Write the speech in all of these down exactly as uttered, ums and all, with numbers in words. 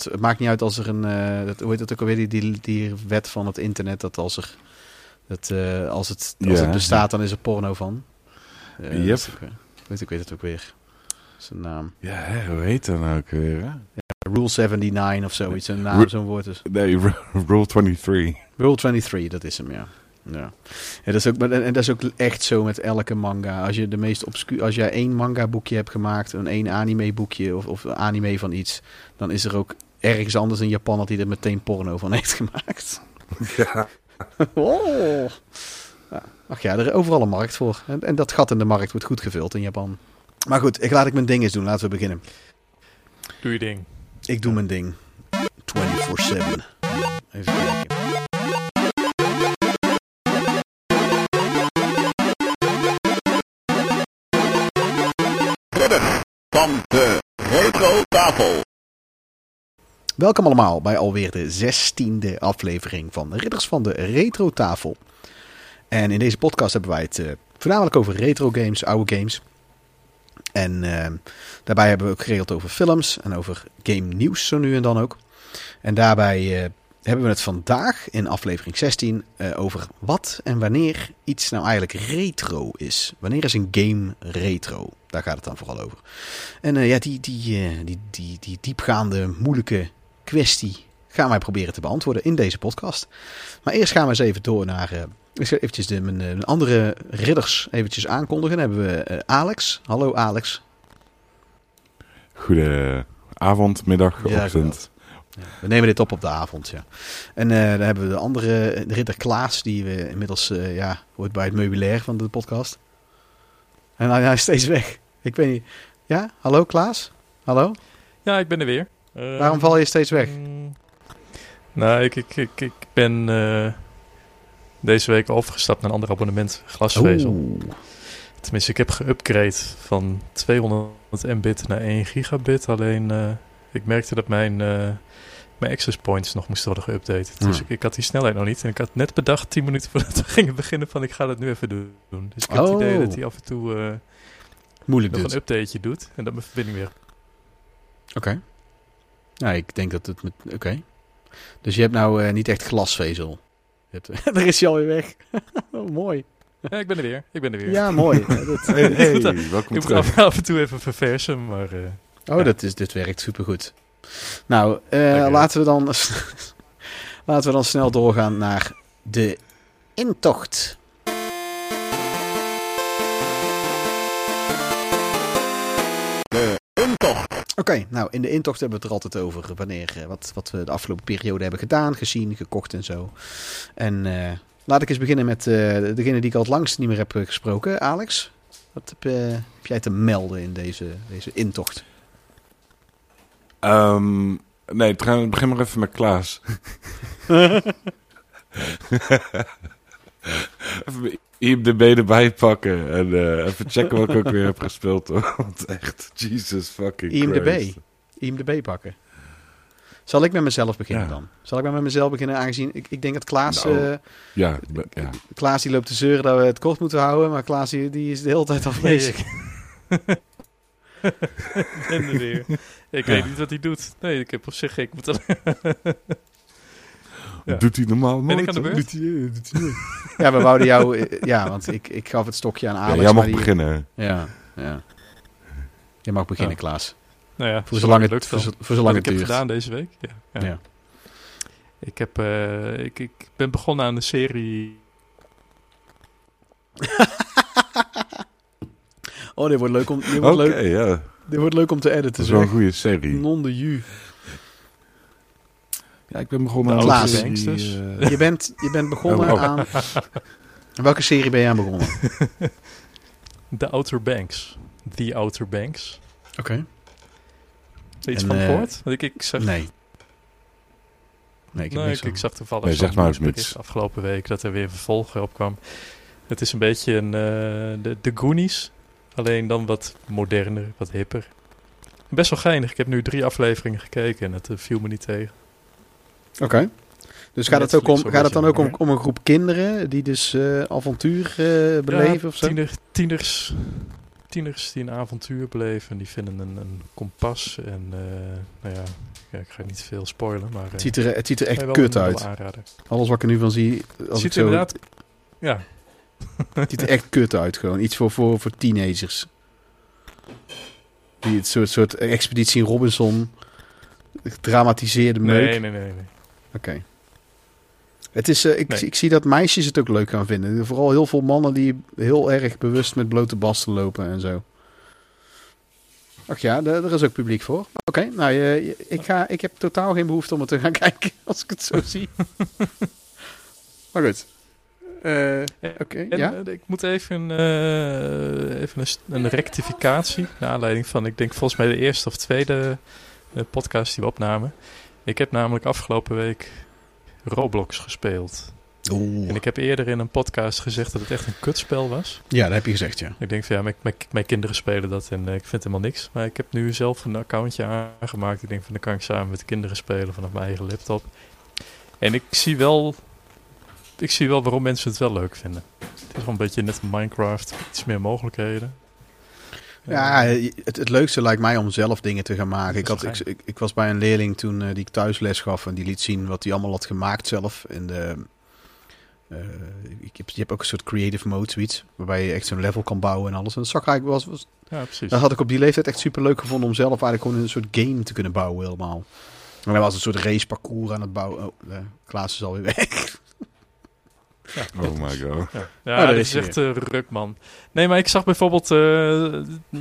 het, het maakt niet uit als er een... Uh, dat, hoe heet het ook alweer, die, die, die wet van het internet, dat als er... Dat, uh, als het, als ja, het bestaat, ja. dan is er porno van. Uh, yep. ook, uh, weet, ik weet het ook weer. Zijn naam. Ja, hè, hoe heet dat nou ook weer? Hè? Ja, Rule zevenennegentig of zoiets. Een naam, Ru- zo'n woord is. Nee, Rule drieëntwintig. Rule drieëntwintig, dat is hem, ja. Ja. Ja, dat is ook, en dat is ook echt zo met elke manga. Als je de meest obscu- als jij één manga boekje hebt gemaakt, een één anime boekje of, of anime van iets, dan is er ook ergens anders in Japan dat hij er meteen porno van heeft gemaakt. Ja. Oh. Ja. Ach ja, er is overal een markt voor. En, en dat gat in de markt wordt goed gevuld in Japan. Maar goed, ik laat ik mijn ding eens doen. Laten we beginnen. Doe je ding. Ik doe mijn ding. vierentwintig zeven. Even kijken. Van de Retro Tafel. Welkom allemaal bij alweer de zestiende aflevering van de Ridders van de Retro Tafel. En in deze podcast hebben wij het uh, voornamelijk over retro games, oude games. En uh, daarbij hebben we ook geregeld over films en over game nieuws zo nu en dan ook. En daarbij uh, hebben we het vandaag in aflevering zestien uh, over wat en wanneer iets nou eigenlijk retro is. Wanneer is een game retro? Daar gaat het dan vooral over. En uh, ja, die, die, uh, die, die, die diepgaande, moeilijke kwestie gaan wij proberen te beantwoorden in deze podcast. Maar eerst gaan we eens even door naar... Uh, ik ga eventjes de, mijn, mijn andere ridders eventjes aankondigen. Dan hebben we uh, Alex. Hallo Alex. Goedenavond, middag, Ja, ochtend. Ja, we nemen dit op op de avond, ja. En uh, dan hebben we de andere, de ridder Klaas, die we inmiddels, uh, ja, hoort bij het meubilair van de podcast. En hij, hij is steeds weg. Ik weet niet. Ja, hallo Klaas? Hallo? Ja, ik ben er weer. Uh, Waarom val je steeds weg? Um, nou, ik, ik, ik, ik ben uh, deze week overgestapt naar een ander abonnement, glasvezel. Oeh. Tenminste, ik heb geupgrade van tweehonderd mbit naar één gigabit. Alleen, uh, ik merkte dat mijn, uh, mijn access points nog moesten worden geüpdate. Hmm. Dus ik, ik had die snelheid nog niet. En ik had net bedacht, tien minuten voordat we gingen beginnen, van ik ga dat nu even doen. Dus ik heb Oh. het idee dat hij af en toe uh, Moeilijk nog dus. een updateje doet. En dat mijn verbinding weer... Oké. Okay. Nou, ik denk dat het... Met... Oké. Okay. Dus je hebt nou uh, niet echt glasvezel. Je hebt... Daar is hij alweer weg. Oh, mooi. Ja, ik ben er weer. Ik ben er weer. Ja, mooi. dat... Hey, hey, welkom ik moet terug. af, af en toe even verversen, maar... Uh, oh, ja. dat is, dit werkt supergoed. Nou, uh, laten we dan... laten we dan snel doorgaan naar de intocht. De intocht. Oké, okay, nou in de intocht hebben we het er altijd over wanneer, uh, wat, wat we de afgelopen periode hebben gedaan, gezien, gekocht en zo. En uh, laat ik eens beginnen met uh, degene die ik al het langst niet meer heb uh, gesproken. Alex, wat heb, uh, heb jij te melden in deze, deze intocht? Um, nee, trouwens, begin maar even met Klaas. Even I M D B erbij pakken en uh, even checken wat ik ook weer heb gespeeld. Hoor. Want echt, Jesus fucking I M D B. Christ. I M D B pakken. Zal ik met mezelf beginnen Ja. dan? Zal ik maar met mezelf beginnen, aangezien ik, ik denk dat Klaas... Nou, uh, Ja, be- ja. Klaas die loopt te zeuren dat we het kort moeten houden, maar Klaas die, die is de hele tijd afwezig. ik ben er weer. Ik weet niet wat hij doet. Nee, ik heb op zich geen... Ik moet alleen... Ja. Doet hij normaal nooit? Ben ik aan de hoor. beurt? Doet hij, uh, doet hij nooit. Ja, we wouden jou... uh, ja, want ik, ik gaf het stokje aan Ja, Alex. jij mag maar die, beginnen. Ja, ja. Je mag beginnen, Ja. Klaas. Nou ja, Voor zolang het, lukt voor, wel. zo- voor zolang Wat het ik heb duurt. gedaan deze week. Ja. Ja. Ja. Ik, heb, uh, ik, ik ben begonnen aan de serie... Oh, dit wordt leuk om, dit wordt Oké, leuk, ja. dit wordt leuk om te Dat editen, is wel een zeg. goede serie. Non de ju. Ja, ik ben begonnen De aan Klaas. de serie, Gangsters. uh, Je bent, je bent begonnen Oh, oh. aan... Welke serie ben je aan begonnen? The Outer Banks. The Outer Banks. Oké. Okay. Iets En, van uh, gehoord? Want ik, ik zag... Nee. Nee, ik heb Nee, niks ik, ik van. zag toevallig Nee, zo'n zeg maar eens nieuwsbericht niets. afgelopen week dat er weer een vervolg op kwam. Het is een beetje een, uh, de, de Goonies, alleen dan wat moderner, wat hipper. Best wel geinig. Ik heb nu drie afleveringen gekeken en het uh, viel me niet tegen. Oké. Okay. Dus gaat het, ook om, Netflix, gaat het dan ook om, beetje, om een groep kinderen die dus uh, avontuur uh, beleven ja, of zo? Tiener, tieners, tieners die een avontuur beleven. En die vinden een, een kompas. En uh, nou ja, ja, ik ga niet veel spoilen. Maar, uh, Het ziet er, het ziet er echt kan je wel kut een uit. wel aanraden. Alles wat ik er nu van zie... Als Het ziet ik er zo, inderdaad... Ja. het ziet er echt kut uit gewoon. Iets voor, voor, voor teenagers. Die het soort, soort Expeditie Robinson... Gedramatiseerde meuk. Nee, nee, nee. nee. Oké. Okay. Het is, uh, ik, Nee. ik zie dat meisjes het ook leuk gaan vinden. Vooral heel veel mannen die heel erg bewust met blote basten lopen en zo. Ach ja, daar is ook publiek voor. Oké, okay, nou, uh, ik, ga, ik heb totaal geen behoefte om het te gaan kijken als ik het zo zie. Maar goed. Uh, Oké, okay, ja? Uh, ik moet even, uh, even een, een rectificatie. Naar aanleiding van, ik denk volgens mij de eerste of tweede uh, podcast die we opnamen. Ik heb namelijk afgelopen week Roblox gespeeld. Oeh. En ik heb eerder in een podcast gezegd dat het echt een kutspel was. Ja, dat heb je gezegd, ja. Ik denk van ja, mijn, mijn, mijn kinderen spelen dat en uh, ik vind helemaal niks. Maar ik heb nu zelf een accountje aangemaakt. Ik denk van dan kan ik samen met de kinderen spelen vanaf mijn eigen laptop. En ik zie wel, ik zie wel waarom mensen het wel leuk vinden. Het is wel een beetje net Minecraft, iets meer mogelijkheden. Ja, het, het leukste lijkt mij om zelf dingen te gaan maken. Ik, had, ik, ik, ik was bij een leerling toen uh, die ik thuis les gaf en die liet zien wat hij allemaal had gemaakt zelf. In de, uh, ik heb, je hebt ook een soort creative mode, zoiets, waarbij je echt zo'n level kan bouwen en alles. En dat zag eigenlijk was, was ja, precies. Dat had ik op die leeftijd echt super leuk gevonden om zelf eigenlijk gewoon een soort game te kunnen bouwen helemaal. En hij was een soort race parcours aan het bouwen. Oh, uh, Klaas is alweer weg. Ja, oh my god. Ja, ja oh, dat is echt uh, ruk, man. Nee, maar ik zag bijvoorbeeld... Uh,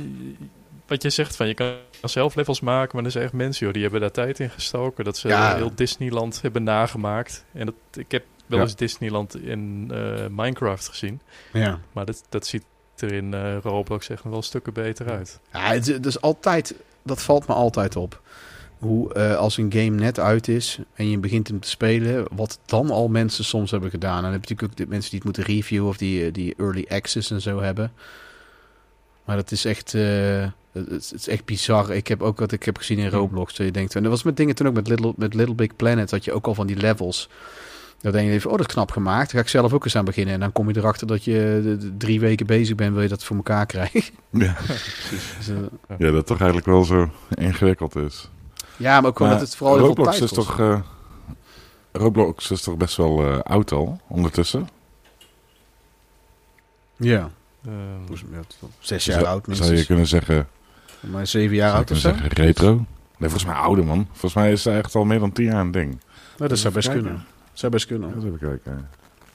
wat je zegt, van je kan zelf levels maken... maar er zijn echt mensen, joh, die hebben daar tijd in gestoken... dat ze ja. heel Disneyland hebben nagemaakt. En dat, ik heb wel ja. eens Disneyland in uh, Minecraft gezien. Ja. Maar dat, dat ziet er in uh, Roblox echt nog wel stukken beter uit. Ja, het is dus altijd... Dat valt me altijd op. Hoe uh, als een game net uit is en je begint hem te spelen, wat dan al mensen soms hebben gedaan. En dan heb je natuurlijk ook de mensen die het moeten reviewen of die, die early access en zo hebben. Maar dat is echt, uh, het, het is echt bizar. Ik heb ook wat ik heb gezien in Roblox. Dat je denkt, en dat was met dingen toen ook met Little, met Little Big Planet, dat je ook al van die levels. Dan denk je even, oh dat is knap gemaakt. Dan ga ik zelf ook eens aan beginnen. En dan kom je erachter dat je de, de drie weken bezig bent, wil je dat voor elkaar krijgen. Ja, dus, uh, ja dat toch eigenlijk wel zo ingewikkeld is. Ja, maar ook gewoon maar dat het vooral heel Roblox veel tijd is toch uh, Roblox is toch best wel uh, oud al, ondertussen? Ja. Uh, Zes jaar zou, oud minstens. Zou je kunnen zeggen... Maar zeven jaar oud of zo? Zeggen, retro? Nee, volgens mij ouder, man. Volgens mij is het echt al meer dan tien jaar een ding. Nou, dat zou best kijken. kunnen. Dat zou best kunnen. Ja, dat even kijken.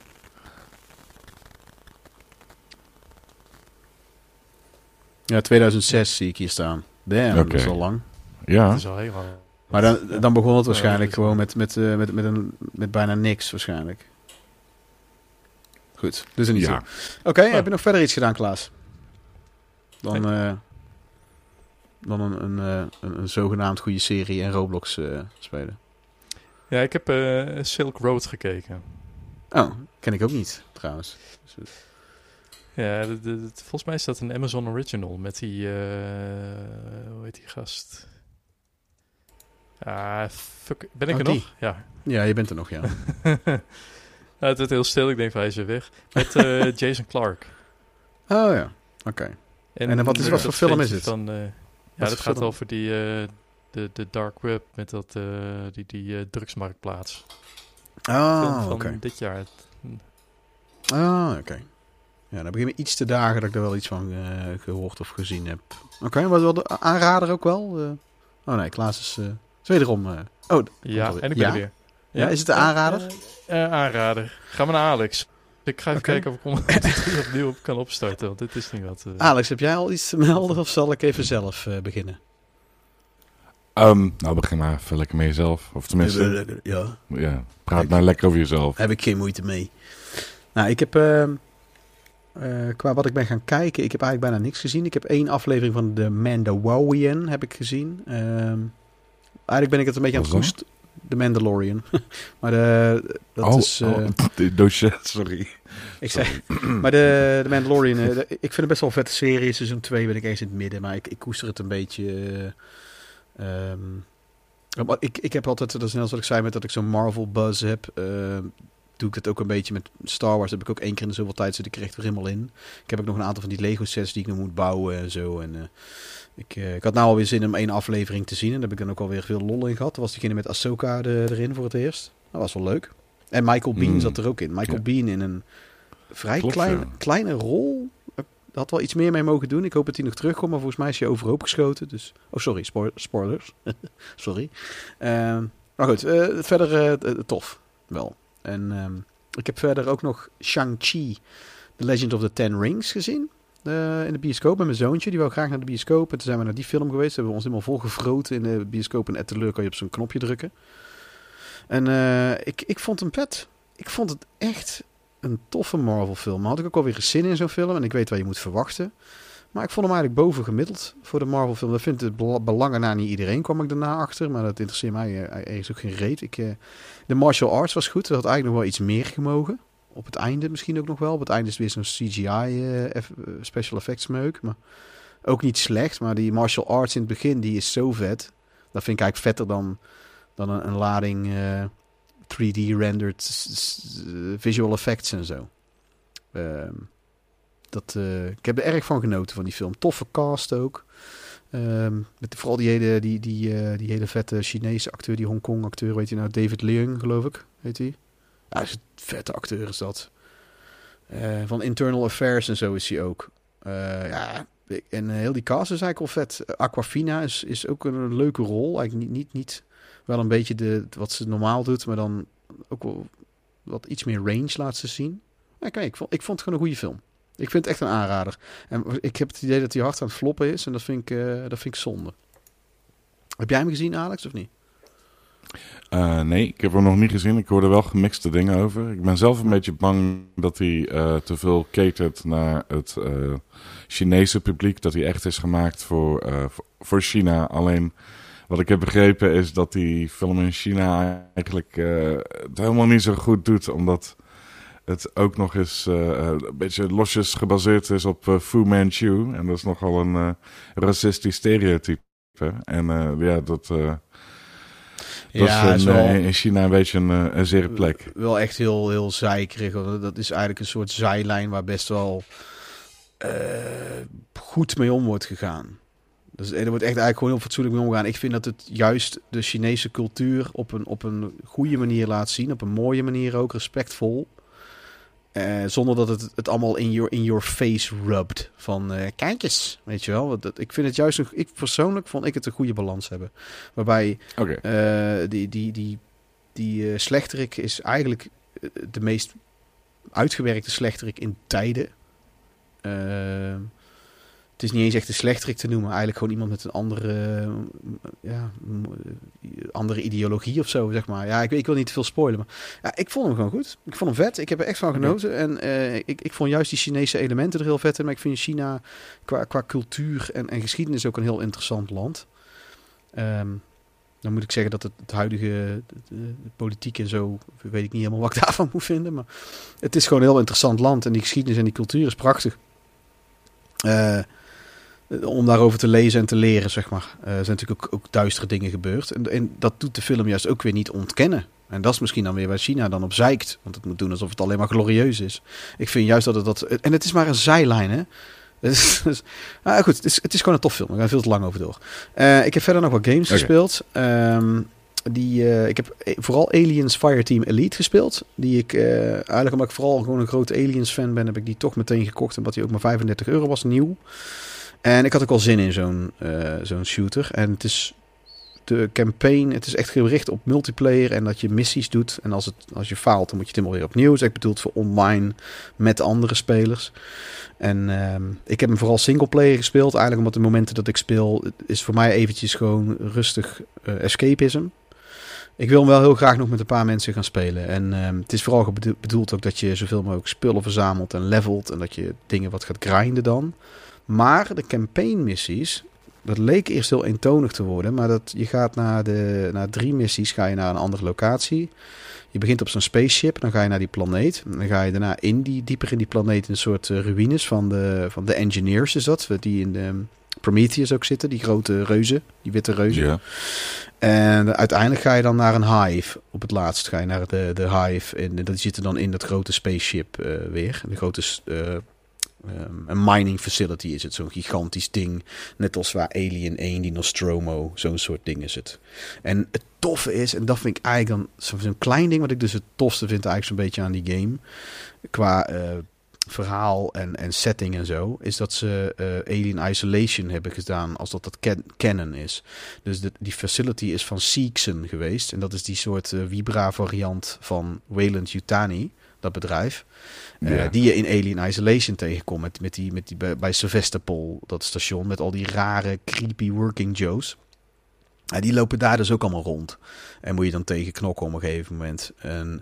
Ja, tweeduizend zes zie ik hier staan. Damn, okay. Dat is al lang. Ja. Dat is al heel lang. Maar dan, dan begon het waarschijnlijk ja, gewoon met, met, uh, met, met, een, met bijna niks waarschijnlijk. Goed, dus er niet ja. Oké, okay, ja. Heb je nog verder iets gedaan, Klaas? Dan, nee. uh, dan een, een, uh, een, een zogenaamd goede serie en Roblox uh, spelen. Ja, ik heb uh, Silk Road gekeken. Oh, ken ik ook niet, trouwens. Ja, de, de, de, volgens mij is dat een Amazon Original met die, uh, hoe heet die gast? Ah, fuck, ben ik oh, er die. nog? Ja. Ja, je bent er nog, ja. Nou, het werd heel stil, ik denk van hij is weer weg. Met uh, Jason Clarke. Oh ja, oké. Okay. En, en wat, is, wat voor film is het? Van, uh, ja, dat gaat film? over die, uh, de, de dark web met dat, uh, die, die uh, drugsmarktplaats. Oh, oké. Okay. Dit jaar. Oh, oké. Okay. Ja, dan begin me iets te dagen dat ik er wel iets van uh, gehoord of gezien heb. Oké, okay, was wel de aanrader ook wel? Uh, oh nee, Klaas is, uh, is wederom... Uh, oh, ja, en ik ben ja? er weer. Ja, ja, is het de aanrader? Uh, uh, aanrader. Ga maar naar Alex. Ik ga even okay. kijken of ik dit opnieuw kan opstarten, want dit is niet wat... Uh... Alex, heb jij al iets te melden of zal ik even zelf uh, beginnen? Um, nou, begin maar even lekker met jezelf. Of tenminste... Ja. ja praat ik, maar lekker over jezelf. Heb ik geen moeite mee. Nou, ik heb... Uh, Uh, qua wat ik ben gaan kijken, ik heb eigenlijk bijna niks gezien. Ik heb één aflevering van The Mandalorian heb ik gezien. Uh, eigenlijk ben ik het een beetje aan het koest. The Mandalorian. maar de, dat oh, is... Uh, oh, de doosje, sorry. Ik zeg, maar de, de Mandalorian, uh, de, ik vind het best wel een vette serie. Seizoen twee ben ik eens in het midden, maar ik, ik koester het een beetje... Uh, um, ik, ik heb altijd, dat is net als wat ik zei met dat ik zo'n Marvel buzz heb... Uh, doe ik het ook een beetje met Star Wars. Heb ik ook één keer in de zoveel tijd zitten, ik er echt weer helemaal in. Ik heb ook nog een aantal van die Lego sets die ik nog moet bouwen en zo. En uh, ik, uh, ik had nou alweer zin om één aflevering te zien. En daar heb ik dan ook alweer veel lol in gehad. Dat was diegene met Ahsoka de, erin voor het eerst. Dat was wel leuk. En Michael Biehn Mm. zat er ook in. Michael Ja. Biehn in een vrij Klopt, klein, ja. kleine rol. Ik had wel iets meer mee mogen doen. Ik hoop dat hij nog terugkomt. Maar volgens mij is hij overhoop geschoten. Dus... Oh, sorry. Spo- spoilers. sorry. Um, maar goed. Uh, verder uh, tof. Wel. En um, ik heb verder ook nog Shang-Chi, The Legend of the Ten Rings gezien. Uh, in de bioscoop met mijn zoontje. Die wou graag naar de bioscoop. En toen zijn we naar die film geweest. Hebben we ons helemaal volgevroten in de bioscoop. En etteleur kan je op zo'n knopje drukken. En uh, ik, ik vond hem vet. Ik vond het echt een toffe Marvel film. Maar had ik ook alweer zin in zo'n film. En ik weet wat je moet verwachten. Maar ik vond hem eigenlijk boven gemiddeld voor de Marvel film. Dat vindt het bel- belangen na niet iedereen, kwam ik daarna achter. Maar dat interesseert mij uh, ergens ook geen reet. Ik, uh, de martial arts was goed. Dat had eigenlijk nog wel iets meer gemogen. Op het einde misschien ook nog wel. Op het einde is het weer zo'n C G I uh, eff- uh, special effects meuk. Maar ook niet slecht. Maar die martial arts in het begin, die is zo vet. Dat vind ik eigenlijk vetter dan, dan een, een lading uh, drie D-rendered s- s- visual effects en zo. Uh, dat, uh, ik heb er erg van genoten van die film. Toffe cast ook. Um, met vooral die hele, die, die, uh, die hele vette Chinese acteur, die Hongkong acteur, weet je nou, David Leung geloof ik, heet hij. Ja, is een vette acteur is dat. Uh, van Internal Affairs en zo is hij ook. Uh, ja, en uh, heel die cast is eigenlijk wel vet. Uh, Aquafina is, is ook een leuke rol. Eigenlijk niet, niet, niet wel een beetje de, wat ze normaal doet, maar dan ook wel wat iets meer range laat ze zien. Ja, kijk, ik vond, ik vond het gewoon een goede film. Ik vind het echt een aanrader. En ik heb het idee dat hij hard aan het floppen is. En dat vind ik, uh, dat vind ik zonde. Heb jij hem gezien, Alex, of niet? Uh, nee, ik heb hem nog niet gezien. Ik hoorde wel gemixte dingen over. Ik ben zelf een beetje bang dat hij uh, te veel catert naar het uh, Chinese publiek. Dat hij echt is gemaakt voor, uh, voor China. Alleen wat ik heb begrepen is dat die film in China eigenlijk uh, het helemaal niet zo goed doet. Omdat het ook nog eens uh, een beetje losjes gebaseerd is op uh, Fu Manchu. En dat is nogal een uh, racistisch stereotype. En uh, ja, dat, uh, dat ja, is, een, wel, uh, in China een beetje een, een zere plek. Wel echt heel, heel zeikerig. Dat is eigenlijk een soort zijlijn waar best wel uh, goed mee om wordt gegaan. Dus er wordt echt eigenlijk gewoon heel fatsoenlijk mee omgegaan. Ik vind dat het juist de Chinese cultuur op een, op een goede manier laat zien. Op een mooie manier ook, respectvol. Uh, zonder dat het, het allemaal in your, in your face rubbed. Van uh, kijk eens, weet je wel. Dat, ik vind het juist, een, ik persoonlijk vond ik het een goede balans hebben. Waarbij okay. uh, die, die, die, die uh, slechterik is eigenlijk de meest uitgewerkte slechterik in tijden. Uh, het is niet eens echt een slechterik te noemen. Eigenlijk gewoon iemand met een andere, uh, ja, andere ideologie of zo, zeg maar. Ja, ik, ik wil niet te veel spoilen, maar ja, ik vond hem gewoon goed. Ik vond hem vet. Ik heb er echt van genoten. Okay. En uh, ik, ik vond juist die Chinese elementen er heel vet in. Maar ik vind China qua, qua cultuur en, en geschiedenis ook een heel interessant land. Um, dan moet ik zeggen dat het, het huidige de, de politiek en zo, weet ik niet helemaal wat ik daarvan moet vinden. Maar het is gewoon een heel interessant land. En die geschiedenis en die cultuur is prachtig. Uh, om daarover te lezen en te leren, zeg maar. Uh, er zijn natuurlijk ook, ook duistere dingen gebeurd. En, en dat doet de film juist ook weer niet ontkennen. En dat is misschien dan weer waar China dan op zeikt. Want het moet doen alsof het alleen maar glorieus is. Ik vind juist dat het dat... En het is maar een zijlijn, hè. Dus, dus, ah, goed, het is, het is gewoon een tof film. We gaan veel te lang over door. Uh, ik heb verder nog wat games okay. gespeeld. Um, die, uh, ik heb vooral Aliens Fireteam Elite gespeeld. Die ik, uh, eigenlijk omdat ik vooral gewoon een grote Aliens fan ben, heb ik die toch meteen gekocht. Omdat die ook maar vijfendertig euro was, nieuw. En ik had ook al zin in zo'n, uh, zo'n shooter. En het is de campaign, het is echt gericht op multiplayer en dat je missies doet. En als, het, als je faalt, dan moet je het helemaal weer opnieuw. Dus ik bedoel het voor online met andere spelers. En uh, ik heb hem vooral singleplayer gespeeld. Eigenlijk omdat de momenten dat ik speel, is voor mij eventjes gewoon rustig uh, escapism. Ik wil hem wel heel graag nog met een paar mensen gaan spelen. En uh, het is vooral bedoeld ook dat je zoveel mogelijk spullen verzamelt en levelt. En dat je dingen wat gaat grinden dan. Maar de campaign missies, dat leek eerst heel eentonig te worden. Maar dat, je gaat na, de, na drie missies ga je naar een andere locatie. Je begint op zo'n spaceship, dan ga je naar die planeet. Dan ga je daarna in die, dieper in die planeet in een soort uh, ruïnes van de, van de engineers is dat. Die in de Prometheus ook zitten. Die grote reuzen, die witte reuzen. Ja. En uiteindelijk ga je dan naar een hive. Op het laatst ga je naar de, de hive. En dat zit er dan in dat grote spaceship uh, weer. De grote uh, um, een mining facility is het. Zo'n gigantisch ding. Net als waar Alien één, die Nostromo. Zo'n soort ding is het. En het toffe is, en dat vind ik eigenlijk dan zo'n klein ding. Wat ik dus het tofste vind eigenlijk zo'n beetje aan die game. Qua uh, verhaal en, en setting en zo, is dat ze uh, Alien Isolation hebben gedaan als dat dat ken- canon is. Dus de, die facility is van Seegson geweest. En dat is die soort uh, Vibra variant van Weyland-Yutani, dat bedrijf. Uh, Ja. Die je in Alien Isolation tegenkomt. Met, met die, met die, bij, bij Sevastopol, dat station, met al die rare, creepy working Joes. Ja, die lopen daar dus ook allemaal rond. En moet je dan tegen knokken op een gegeven moment. En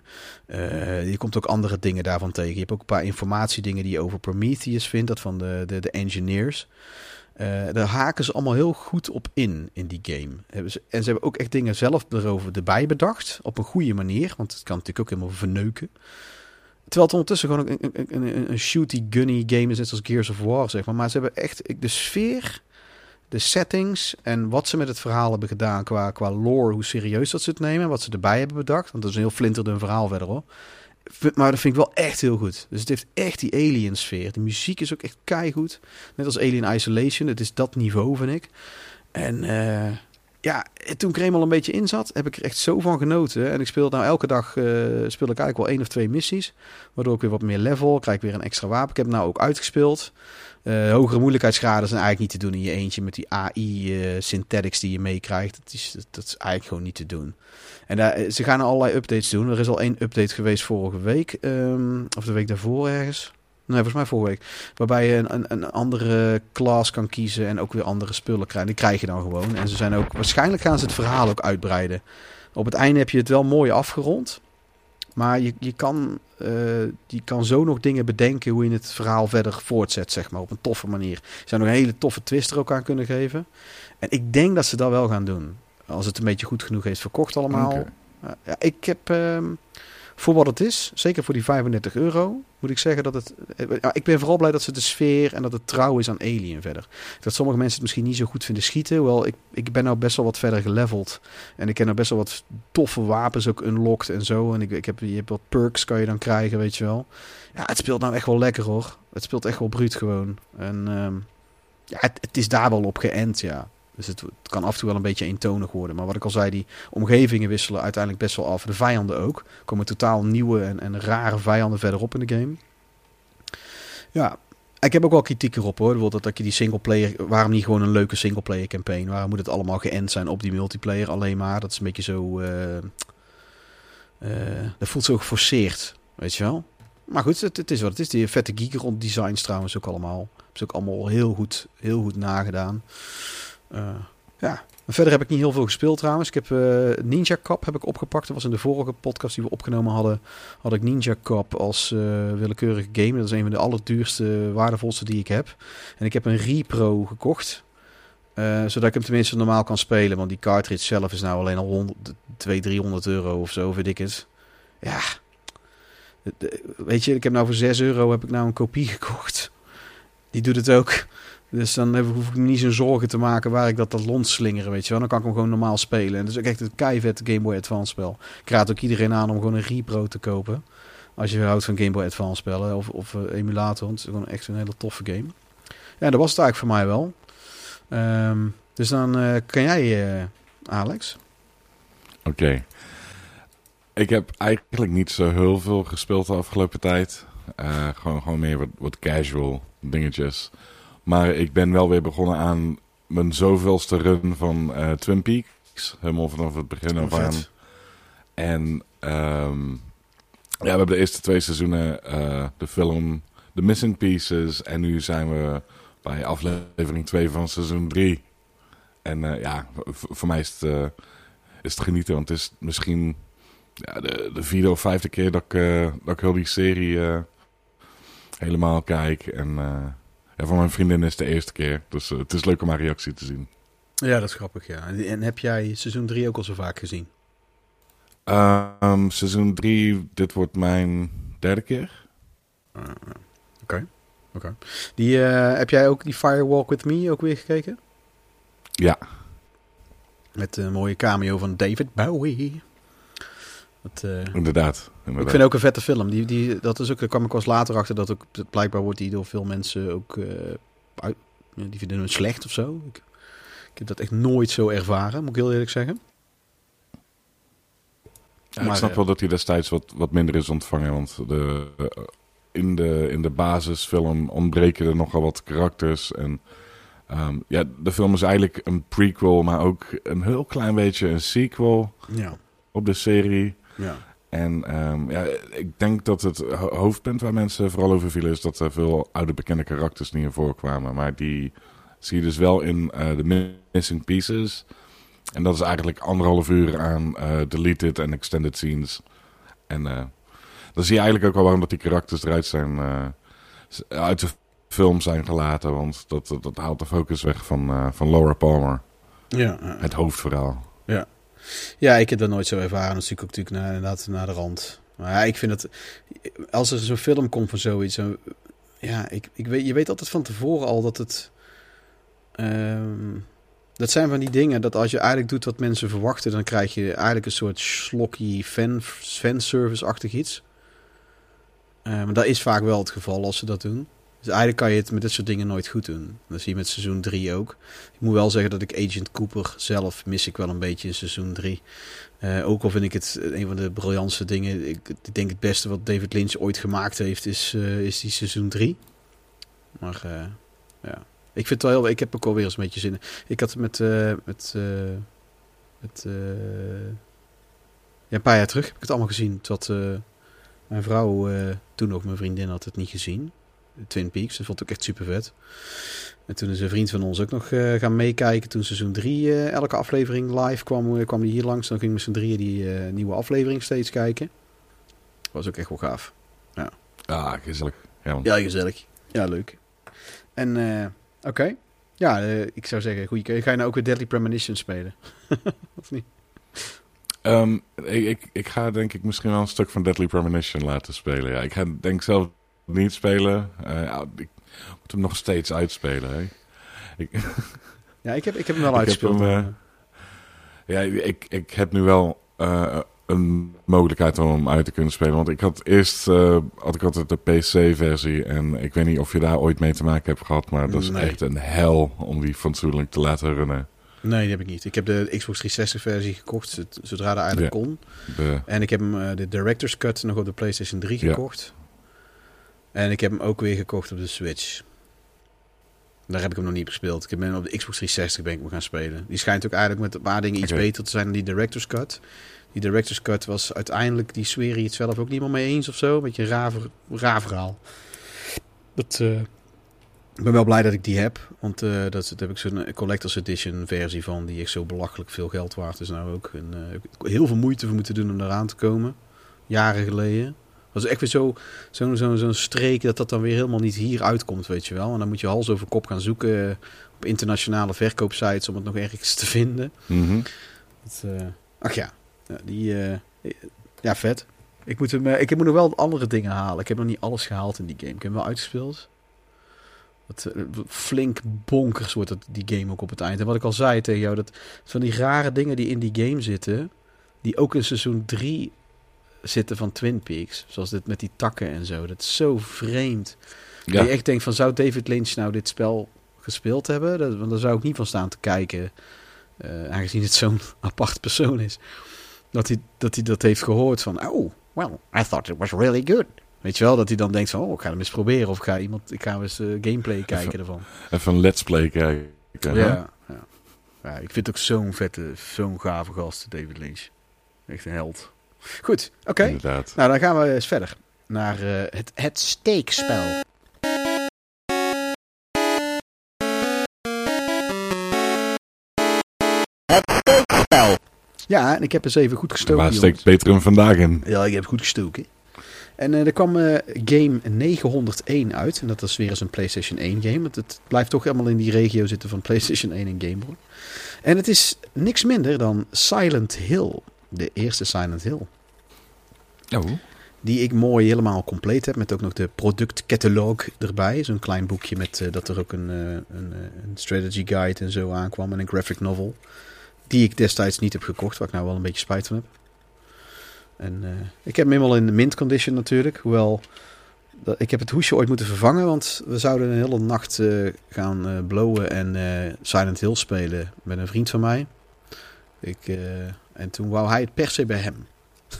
uh, je komt ook andere dingen daarvan tegen. Je hebt ook een paar informatiedingen die je over Prometheus vindt. Dat van de, de, de engineers. Uh, daar haken ze allemaal heel goed op in, in die game. Hebben ze, en ze hebben ook echt dingen zelf erover erbij bedacht. Op een goede manier. Want het kan natuurlijk ook helemaal verneuken. Terwijl het ondertussen gewoon een, een, een, een shooty, gunny game is. Net als Gears of War, zeg maar. Maar ze hebben echt de sfeer, de settings en wat ze met het verhaal hebben gedaan qua, qua lore, hoe serieus dat ze het nemen, wat ze erbij hebben bedacht. Want dat is een heel flinterdun verhaal verder hoor. Maar dat vind ik wel echt heel goed. Dus het heeft echt die alien sfeer. De muziek is ook echt keigoed. Net als Alien Isolation. Het is dat niveau, vind ik. En uh, ja, toen ik er eenmaal een beetje in zat, heb ik er echt zo van genoten. En ik speel nou elke dag, uh, speel ik eigenlijk wel één of twee missies. Waardoor ik weer wat meer level, krijg ik weer een extra wapen. Ik heb het nou ook uitgespeeld. Uh, hogere moeilijkheidsgraden zijn eigenlijk niet te doen in je eentje met die A I-synthetics uh, die je meekrijgt. Dat is, dat, dat is eigenlijk gewoon niet te doen. En daar, ze gaan allerlei updates doen. Er is al één update geweest vorige week. Um, of de week daarvoor ergens. Nee, volgens mij vorige week. Waarbij je een, een, een andere class kan kiezen en ook weer andere spullen krijgt. Die krijg je dan gewoon. En ze zijn ook, waarschijnlijk gaan ze het verhaal ook uitbreiden. Op het einde heb je het wel mooi afgerond. Maar je, je, kan, uh, je kan zo nog dingen bedenken hoe je het verhaal verder voortzet, zeg maar. Op een toffe manier. Er zijn nog een hele toffe twist er ook aan kunnen geven. En ik denk dat ze dat wel gaan doen. Als het een beetje goed genoeg heeft verkocht allemaal. Okay. Uh, ja, ik heb, um, voor wat het is, zeker voor die vijfendertig euro, moet ik zeggen dat het... Uh, ik ben vooral blij dat ze de sfeer en dat het trouw is aan Alien verder. Dat sommige mensen het misschien niet zo goed vinden schieten. Wel, ik, ik ben nou best wel wat verder geleveld. En ik heb nou best wel wat toffe wapens ook unlocked en zo. En ik, ik heb, je hebt wat perks kan je dan krijgen, weet je wel. Ja, het speelt nou echt wel lekker hoor. Het speelt echt wel bruut gewoon. En um, ja, het, het is daar wel op geënt, ja. Dus het, het kan af en toe wel een beetje eentonig worden. Maar wat ik al zei, die omgevingen wisselen uiteindelijk best wel af. De vijanden ook. Er komen totaal nieuwe en, en rare vijanden verderop in de game. Ja, ik heb ook wel kritiek erop hoor. Bijvoorbeeld dat je die singleplayer... Waarom niet gewoon een leuke singleplayer campaign? Waarom moet het allemaal geënt zijn op die multiplayer alleen maar? Dat is een beetje zo... Uh, uh, dat voelt zo geforceerd. Weet je wel? Maar goed, het, het is wat het is. Die vette Gigerond designs trouwens ook allemaal. Dat is ook allemaal heel goed, heel goed nagedaan. Uh, ja, maar verder heb ik niet heel veel gespeeld trouwens. Ik heb uh, Ninja Cup heb ik opgepakt. Dat was in de vorige podcast die we opgenomen hadden. Had ik Ninja Cup als uh, willekeurige game. Dat is een van de allerduurste, waardevolste die ik heb. En ik heb een Repro gekocht. Uh, zodat ik hem tenminste normaal kan spelen. Want die cartridge zelf is nou alleen al honderd, tweehonderd, driehonderd euro of zo, weet ik het. Ja. Weet je, ik heb nou voor zes euro heb ik nou een kopie gekocht. Die doet het ook. Dus dan hoef ik me niet zo'n zorgen te maken waar ik dat dat slingeren, weet je wel. Dan kan ik hem gewoon normaal spelen. En dat is ook echt een keivet Game Boy Advance spel. Ik raad ook iedereen aan om gewoon een Repro te kopen. Als je houdt van Game Boy Advance spellen of, of uh, emulator. Het is gewoon echt een hele toffe game. Ja, dat was het eigenlijk voor mij wel. Um, dus dan uh, kan jij, uh, Alex. Oké. Okay. Ik heb eigenlijk niet zo heel veel gespeeld de afgelopen tijd. Uh, gewoon, gewoon meer wat, wat casual dingetjes. Maar ik ben wel weer begonnen aan mijn zoveelste run van uh, Twin Peaks. Helemaal vanaf het begin af aan. En um, ja, we hebben de eerste twee seizoenen, uh, de film The Missing Pieces. En nu zijn we bij aflevering twee van seizoen drie. En uh, ja, v- voor mij is het, uh, is het genieten. Want het is misschien ja, de, de vierde of vijfde keer dat ik, uh, dat ik heel die serie uh, helemaal kijk. En... Uh, Ja, voor mijn vriendin is het de eerste keer. Dus uh, het is leuk om haar reactie te zien. Ja, dat is grappig, ja. En, en heb jij seizoen drie ook al zo vaak gezien? Um, seizoen drie, dit wordt mijn derde keer. Uh, Oké. Okay. Okay. Die, uh, heb jij ook die Firewalk With Me ook weer gekeken? Ja. Met een mooie cameo van David Bowie. Dat, uh, inderdaad, inderdaad. Ik vind ook een vette film. Die, die, dat is ook, daar kwam ik pas later achter dat ook dat blijkbaar wordt die door veel mensen ook uh, uit, die vinden hem slecht of zo. Ik, ik heb dat echt nooit zo ervaren, moet ik heel eerlijk zeggen. Ja, maar, ik snap uh, wel dat hij destijds wat, wat minder is ontvangen, want de, uh, in, de, in de basisfilm ontbreken er nogal wat karakters en um, ja, de film is eigenlijk een prequel, maar ook een heel klein beetje een sequel ja. op de serie. Ja. En um, ja, ik denk dat het ho- hoofdpunt waar mensen vooral over vielen is dat er veel oude bekende karakters niet in voorkwamen. Maar die zie je dus wel in uh, de Missing Pieces. En dat is eigenlijk anderhalf uur aan uh, deleted en extended scenes. En uh, dan zie je eigenlijk ook al waarom dat die karakters eruit zijn, uh, uit de film zijn gelaten. Want dat, dat, dat haalt de focus weg van, uh, van Laura Palmer. Ja, uh, het hoofdverhaal. Ja. Ja, ik heb dat nooit zo ervaren. Dat is natuurlijk ook natuurlijk naar, inderdaad naar de rand. Maar ja, ik vind dat als er zo'n film komt van zoiets, zo, ja, ik, ik weet, je weet altijd van tevoren al dat het, um, dat zijn van die dingen dat als je eigenlijk doet wat mensen verwachten, dan krijg je eigenlijk een soort slokkie fan, fanservice-achtig iets. Uh, maar dat is vaak wel het geval als ze dat doen. Dus eigenlijk kan je het met dit soort dingen nooit goed doen. Dat zie je met seizoen drie ook. Ik moet wel zeggen dat ik Agent Cooper zelf mis ik wel een beetje in seizoen drie. Uh, ook al vind ik het een van de briljantste dingen. Ik, ik denk het beste wat David Lynch ooit gemaakt heeft is, uh, is die seizoen drie. Maar uh, ja, ik vind het wel heel... Ik heb ook alweer eens een beetje zin in. Ik had het met... Uh, met, uh, met uh, ja, een paar jaar terug heb ik het allemaal gezien. Tot uh, mijn vrouw, uh, toen nog mijn vriendin, had het niet gezien. Twin Peaks, dat vond ik echt super vet. En toen is een vriend van ons ook nog uh, gaan meekijken. Toen seizoen drie uh, elke aflevering live kwam, uh, kwam die hier langs. Dan ging met z'n drieën die uh, nieuwe aflevering steeds kijken. Dat was ook echt wel gaaf. Ja, ah, gezellig. Ja, man. Ja, gezellig. Ja, leuk. En uh, oké. Okay. Ja, uh, ik zou zeggen, goeie keuze. Ga je nou ook weer Deadly Premonition spelen? Of niet? Um, ik, ik, ik ga denk ik misschien wel een stuk van Deadly Premonition laten spelen. Ja, ik ga denk zelf niet spelen. Uh, ik moet hem nog steeds uitspelen. Hè. Ik, ja, ik heb, ik heb hem wel uitgespeeld. Hem, uh, ja, ik, ik heb nu wel uh, een mogelijkheid om hem uit te kunnen spelen. Want ik had eerst uh, had ik altijd de P C-versie. En ik weet niet of je daar ooit mee te maken hebt gehad. Maar dat is nee. echt een hel om die fatsoenlijk te laten runnen. Nee, die heb ik niet. Ik heb de Xbox driehonderdzestig versie gekocht, zodra dat eigenlijk ja, kon. De... En ik heb hem, uh, de Director's Cut nog op de PlayStation drie gekocht. Ja. En ik heb hem ook weer gekocht op de Switch. Daar heb ik hem nog niet op gespeeld. Ik ben op de Xbox driehonderdzestig ben ik me gaan spelen. Die schijnt ook eigenlijk met een paar dingen iets okay. beter te zijn dan die Director's Cut. Die Director's Cut was uiteindelijk, die sfeer het zelf ook niet meer mee eens of zo. Een beetje een raar, raar verhaal. Dat... Uh... Ik ben wel blij dat ik die heb, want uh, dat, dat heb ik zo'n Collector's Edition versie van, die echt zo belachelijk veel geld waard is nou ook. En, uh, ik heb heel veel moeite voor moeten doen om eraan te komen, jaren geleden. Dat is echt weer zo, zo, zo, zo'n streek dat dat dan weer helemaal niet hier uitkomt, weet je wel. En dan moet je hals over kop gaan zoeken uh, op internationale verkoopsites om het nog ergens te vinden. Mm-hmm. Dat, uh, ach ja, ja, die, uh, ja vet. Ik moet, hem, uh, ik moet nog wel andere dingen halen. Ik heb nog niet alles gehaald in die game. Ik heb hem wel uitgespeeld. Het, uh, flink bonkers wordt het, die game ook op het eind. En wat ik al zei tegen jou, dat van die rare dingen die in die game zitten, die ook in seizoen drie zitten van Twin Peaks, zoals dit met die takken en zo. Dat is zo vreemd. Ja. Dat je echt denkt van, zou David Lynch nou dit spel gespeeld hebben? Dat, want daar zou ik niet van staan te kijken, uh, aangezien het zo'n apart persoon is. Dat hij, dat hij dat heeft gehoord van, oh, well, I thought it was really good. Weet je wel, dat hij dan denkt van, oh, ik ga hem eens proberen. Of ik ga, iemand, ik ga eens uh, gameplay kijken even, ervan. Even een let's play kijken. Ja, ja. ja, ik vind het ook zo'n vette, zo'n gave gast, David Lynch. Echt een held. Goed, oké. Okay. Inderdaad. Nou, dan gaan we eens verder naar uh, het, het steekspel. Het steekspel. Ja, en ik heb eens even goed gestoken. Waar steekt Peter hem vandaag in? Ja, ik heb goed gestoken. En uh, er kwam uh, game negenhonderdéén uit. En dat is weer eens een PlayStation één game. Want het blijft toch helemaal in die regio zitten van PlayStation één en Game Boy. En het is niks minder dan Silent Hill. De eerste Silent Hill. Oh. Die ik mooi helemaal compleet heb. Met ook nog de productcatalog erbij. Zo'n klein boekje met uh, dat er ook een, uh, een, een strategy guide en zo aankwam. En een graphic novel. Die ik destijds niet heb gekocht. Waar ik nou wel een beetje spijt van heb. En uh, ik heb hem helemaal in de mint condition natuurlijk. Hoewel, dat, ik heb het hoesje ooit moeten vervangen. Want we zouden een hele nacht uh, gaan uh, blowen en uh, Silent Hill spelen met een vriend van mij. Ik, uh, en toen wou hij het per se bij hem.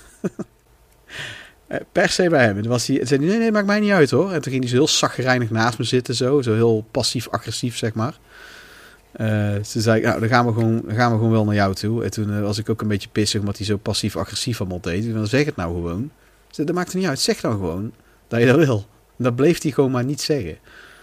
Per se bij hem. En toen was hij, zei hij, nee, nee, maakt mij niet uit hoor. En toen ging hij zo heel chagrijnig naast me zitten zo. Zo heel passief-agressief, zeg maar. Uh, toen zei ik, nou, dan gaan, we gewoon, dan gaan we gewoon wel naar jou toe. En toen uh, was ik ook een beetje pissig, omdat hij zo passief-agressief allemaal deed. Dus dan zeg het nou gewoon. Dus dat maakt het niet uit. Zeg dan gewoon dat je dat wil. En dat bleef hij gewoon maar niet zeggen.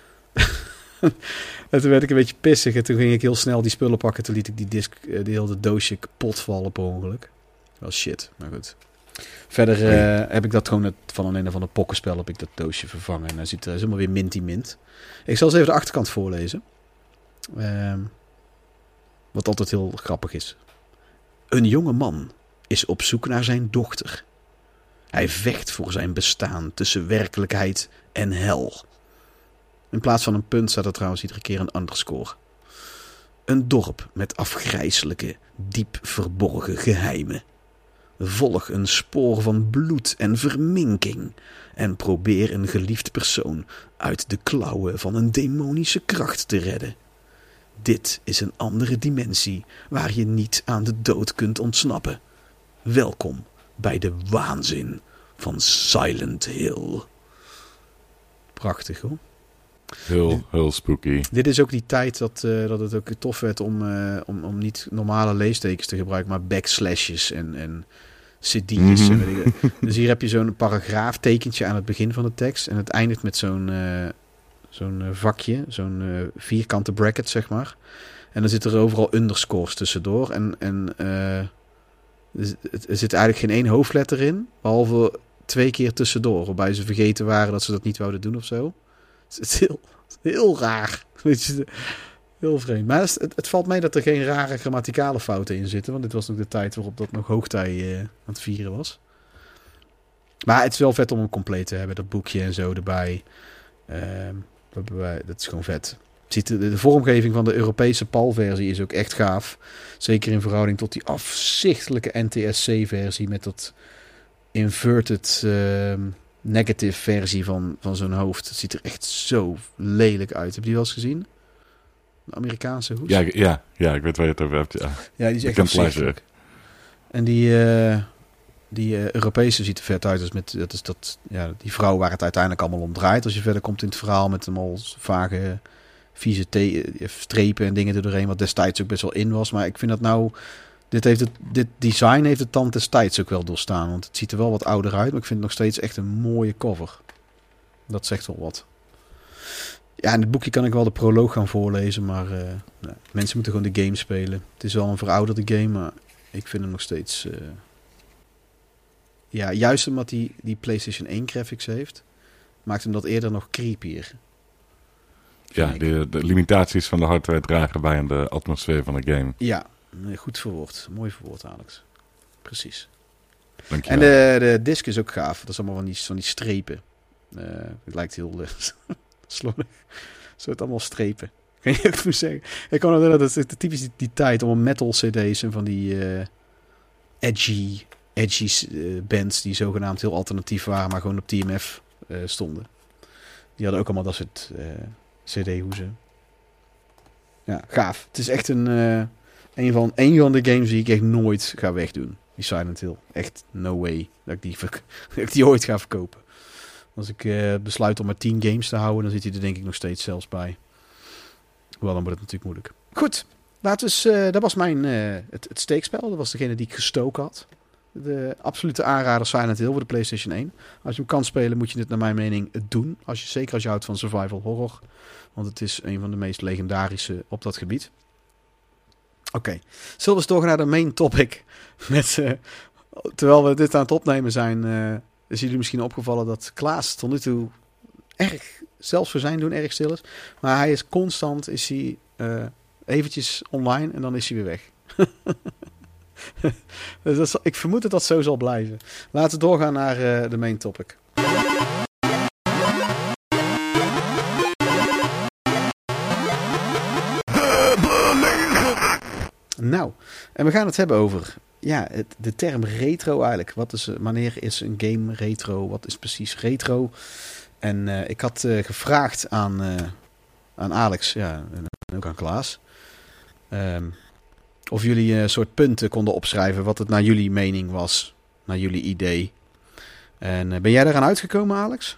En toen werd ik een beetje pissig. En toen ging ik heel snel die spullen pakken. Toen liet ik die disc, uh, die hele doosje kapot vallen per ongeluk. Dat was shit, maar goed. Verder uh, heb ik dat gewoon het, van een een of ander pokkenspel heb ik dat doosje vervangen. En dan ziet er is helemaal weer minty mint. Ik zal eens even de achterkant voorlezen. Uh, wat altijd heel grappig is. Een jonge man is op zoek naar zijn dochter. Hij vecht voor zijn bestaan tussen werkelijkheid en hel. In plaats van een punt staat er trouwens iedere keer een underscore. Een dorp met afgrijselijke, diep verborgen geheimen. Volg een spoor van bloed en verminking en probeer een geliefd persoon uit de klauwen van een demonische kracht te redden. Dit is een andere dimensie waar je niet aan de dood kunt ontsnappen. Welkom bij de waanzin van Silent Hill. Prachtig hoor. Heel, heel spooky. Dit is ook die tijd dat, uh, dat het ook tof werd om, uh, om, om niet normale leestekens te gebruiken, maar backslashes en, en cd'tjes. Mm-hmm. En weet ik. Dus hier heb je zo'n paragraaftekentje aan het begin van de tekst en het eindigt met zo'n, uh, zo'n uh, vakje, zo'n uh, vierkante bracket, zeg maar. En dan zitten er overal underscores tussendoor. En, en uh, er zit eigenlijk geen één hoofdletter in, behalve twee keer tussendoor, waarbij ze vergeten waren dat ze dat niet wouden doen of zo. Het is heel, heel raar. Weet je, heel vreemd. Maar het, het valt mee dat er geen rare grammaticale fouten in zitten. Want dit was nog de tijd waarop dat nog hoogtij uh, aan het vieren was. Maar het is wel vet om hem compleet te hebben. Dat boekje en zo erbij. Uh, dat is gewoon vet. Ziet de, de vormgeving van de Europese P A L-versie is ook echt gaaf. Zeker in verhouding tot die afzichtelijke N T S C-versie. Met dat inverted uh, negative versie van, van zo'n hoofd. Het ziet er echt zo lelijk uit. Heb je die wel eens gezien? De Amerikaanse hoes? Ja, ja, ja, ik weet waar je het over hebt. Ja, ja die is echt afzichtelijk. afzichtelijk. En die, uh, die uh, Europese ziet er vet uit. Dus met, dat is dat, ja, die vrouw waar het uiteindelijk allemaal om draait. Als je verder komt in het verhaal met allemaal vage, vieze te- strepen en dingen er doorheen. Wat destijds ook best wel in was. Maar ik vind dat nou... Dit, heeft het, dit design heeft het tand destijds ook wel doorstaan. Want het ziet er wel wat ouder uit. Maar ik vind het nog steeds echt een mooie cover. Dat zegt wel wat. Ja, in het boekje kan ik wel de proloog gaan voorlezen. Maar uh, nou, mensen moeten gewoon de game spelen. Het is wel een verouderde game. Maar ik vind hem nog steeds... Uh... Ja, juist omdat hij die PlayStation één graphics heeft... maakt hem dat eerder nog creepier. Ja, de, de limitaties van de hardware dragen bij aan de atmosfeer van de game. Ja, goed verwoord. Mooi verwoord, Alex. Precies. Dankjewel. En de, de disc is ook gaaf. Dat is allemaal van die, van die strepen. Uh, het lijkt heel uh, slordig. Zo het allemaal strepen. Ik weet niet wat ik moet zeggen. Ik kan wel dat het typisch die, die tijd om metal cd's en van die uh, edgy, edgy uh, bands die zogenaamd heel alternatief waren, maar gewoon op T M F uh, stonden. Die hadden ook allemaal dat soort uh, cd-hoezen. Ja, gaaf. Het is echt een, uh, een, van, een van de games die ik echt nooit ga wegdoen. Die Silent Hill. Echt no way dat ik die, verk- dat ik die ooit ga verkopen. Als ik uh, besluit om maar tien games te houden, dan zit hij er denk ik nog steeds zelfs bij. Hoewel, dan wordt het natuurlijk moeilijk. Goed, laten we eens, uh, dat was mijn, uh, het, het steekspel. Dat was degene die ik gestoken had. De absolute aanrader Silent Hill voor de PlayStation één. Als je hem kan spelen, moet je het naar mijn mening doen. Als je, zeker als je houdt van survival horror. Want het is een van de meest legendarische op dat gebied. Oké, okay. Zullen we eens doorgaan naar de main topic. Met, uh, terwijl we dit aan het opnemen zijn, uh, is jullie misschien opgevallen dat Klaas tot nu toe erg, zelfs voor zijn doen, erg stil is. Maar hij is constant, is hij uh, eventjes online en dan is hij weer weg. Dus dat is, ik vermoed dat dat zo zal blijven. Laten we doorgaan naar uh, de main topic. Nou, en we gaan het hebben over ja, het, de term retro eigenlijk. Wat is, wanneer is een game retro? Wat is precies retro? En uh, ik had uh, gevraagd aan, uh, aan Alex ja, en ook aan Klaas. Um, of jullie een soort punten konden opschrijven wat het naar jullie mening was. Naar jullie idee. En uh, ben jij eraan uitgekomen, Alex?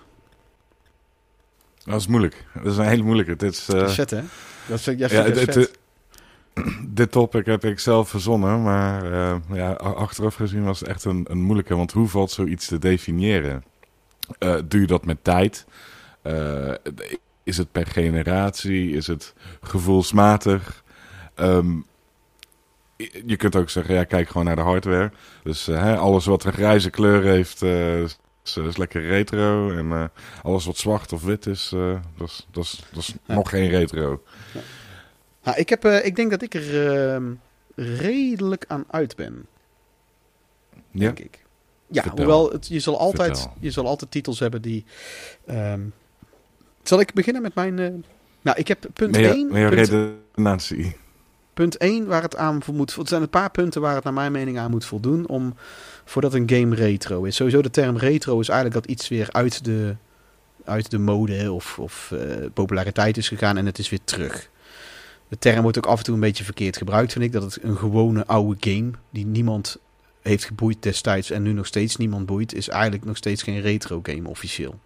Dat is moeilijk. Dat is een hele moeilijke. Dit is, uh... dat is vet, hè? Dat vind jij ja, vet. dit, dit, dit topic heb ik zelf verzonnen. Maar uh, ja, achteraf gezien was het echt een, een moeilijke. Want hoe valt zoiets te definiëren? Uh, doe je dat met tijd? Uh, is het per generatie? Is het gevoelsmatig? Um, je kunt ook zeggen, ja, kijk gewoon naar de hardware. Dus uh, hè, alles wat een grijze kleur heeft, uh, is, is lekker retro. En uh, alles wat zwart of wit is, uh, dat is, dat is, dat is ja. nog geen retro. Ja. Nou, ik, heb, uh, ik denk dat ik er uh, redelijk aan uit ben. Ja? Denk ik. Ja, Vertel. hoewel het, je, zal altijd, Vertel. je zal altijd titels hebben die... Um, zal ik beginnen met mijn... Uh, nou, ik heb punt één... Met jouw punt, redenatie. Punt één waar het aan moet... Er zijn een paar punten waar het naar mijn mening aan moet voldoen... om voordat een game retro is. Sowieso de term retro is eigenlijk dat iets weer uit de, uit de mode of, of uh, populariteit is gegaan en het is weer terug. De term wordt ook af en toe een beetje verkeerd gebruikt, vind ik. Dat het een gewone oude game die niemand heeft geboeid destijds en nu nog steeds niemand boeit, is eigenlijk nog steeds geen retro game officieel.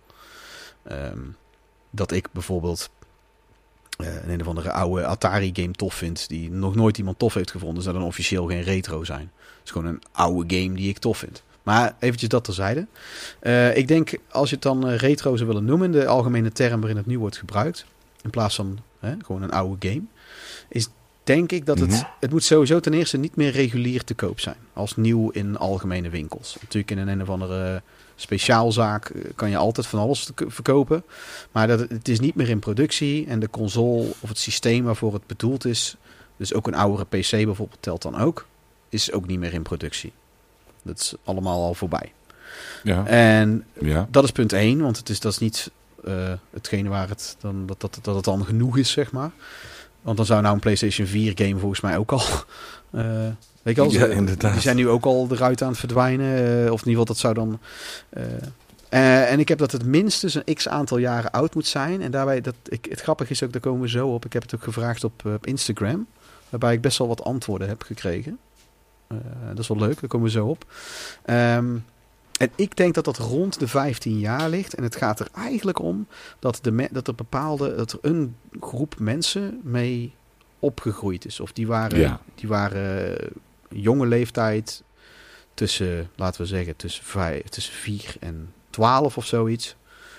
Um, dat ik bijvoorbeeld uh, een, een of andere oude Atari game tof vind, die nog nooit iemand tof heeft gevonden, zou dan officieel geen retro zijn. Het is gewoon een oude game die ik tof vind. Maar eventjes dat terzijde. Uh, ik denk, als je het dan uh, retro zou willen noemen, de algemene term waarin het nu wordt gebruikt, in plaats van hè, gewoon een oude game, is denk ik dat het... Mm-hmm. Het moet sowieso ten eerste niet meer regulier te koop zijn. Als nieuw in algemene winkels. Natuurlijk in een, een of andere speciaalzaak kan je altijd van alles verkopen. Maar dat, het is niet meer in productie. En de console of het systeem waarvoor het bedoeld is, dus ook een oudere P C bijvoorbeeld telt dan ook, is ook niet meer in productie. Dat is allemaal al voorbij. Ja. En ja. dat is punt één. Want het is, dat is niet uh, hetgene waar het dan, dat, dat, dat het dan genoeg is, zeg maar. Want dan zou nou een PlayStation vier game volgens mij ook al... Uh, weet je al, ja, inderdaad. Die zijn nu ook al eruit aan het verdwijnen. Uh, of in ieder geval, dat zou dan... Uh, uh, en ik heb dat het minstens een x aantal jaren oud moet zijn. En daarbij, dat ik, het grappige is ook, daar komen we zo op. Ik heb het ook gevraagd op, uh, op Instagram. Waarbij ik best wel wat antwoorden heb gekregen. Uh, dat is wel leuk, daar komen we zo op. Um, En ik denk dat dat rond de vijftien jaar ligt. En het gaat er eigenlijk om dat, de me- dat er bepaalde, dat er een groep mensen mee opgegroeid is. Of die waren, ja. die waren jonge leeftijd tussen, laten we zeggen, tussen, vijf, tussen vier en twaalf of zoiets.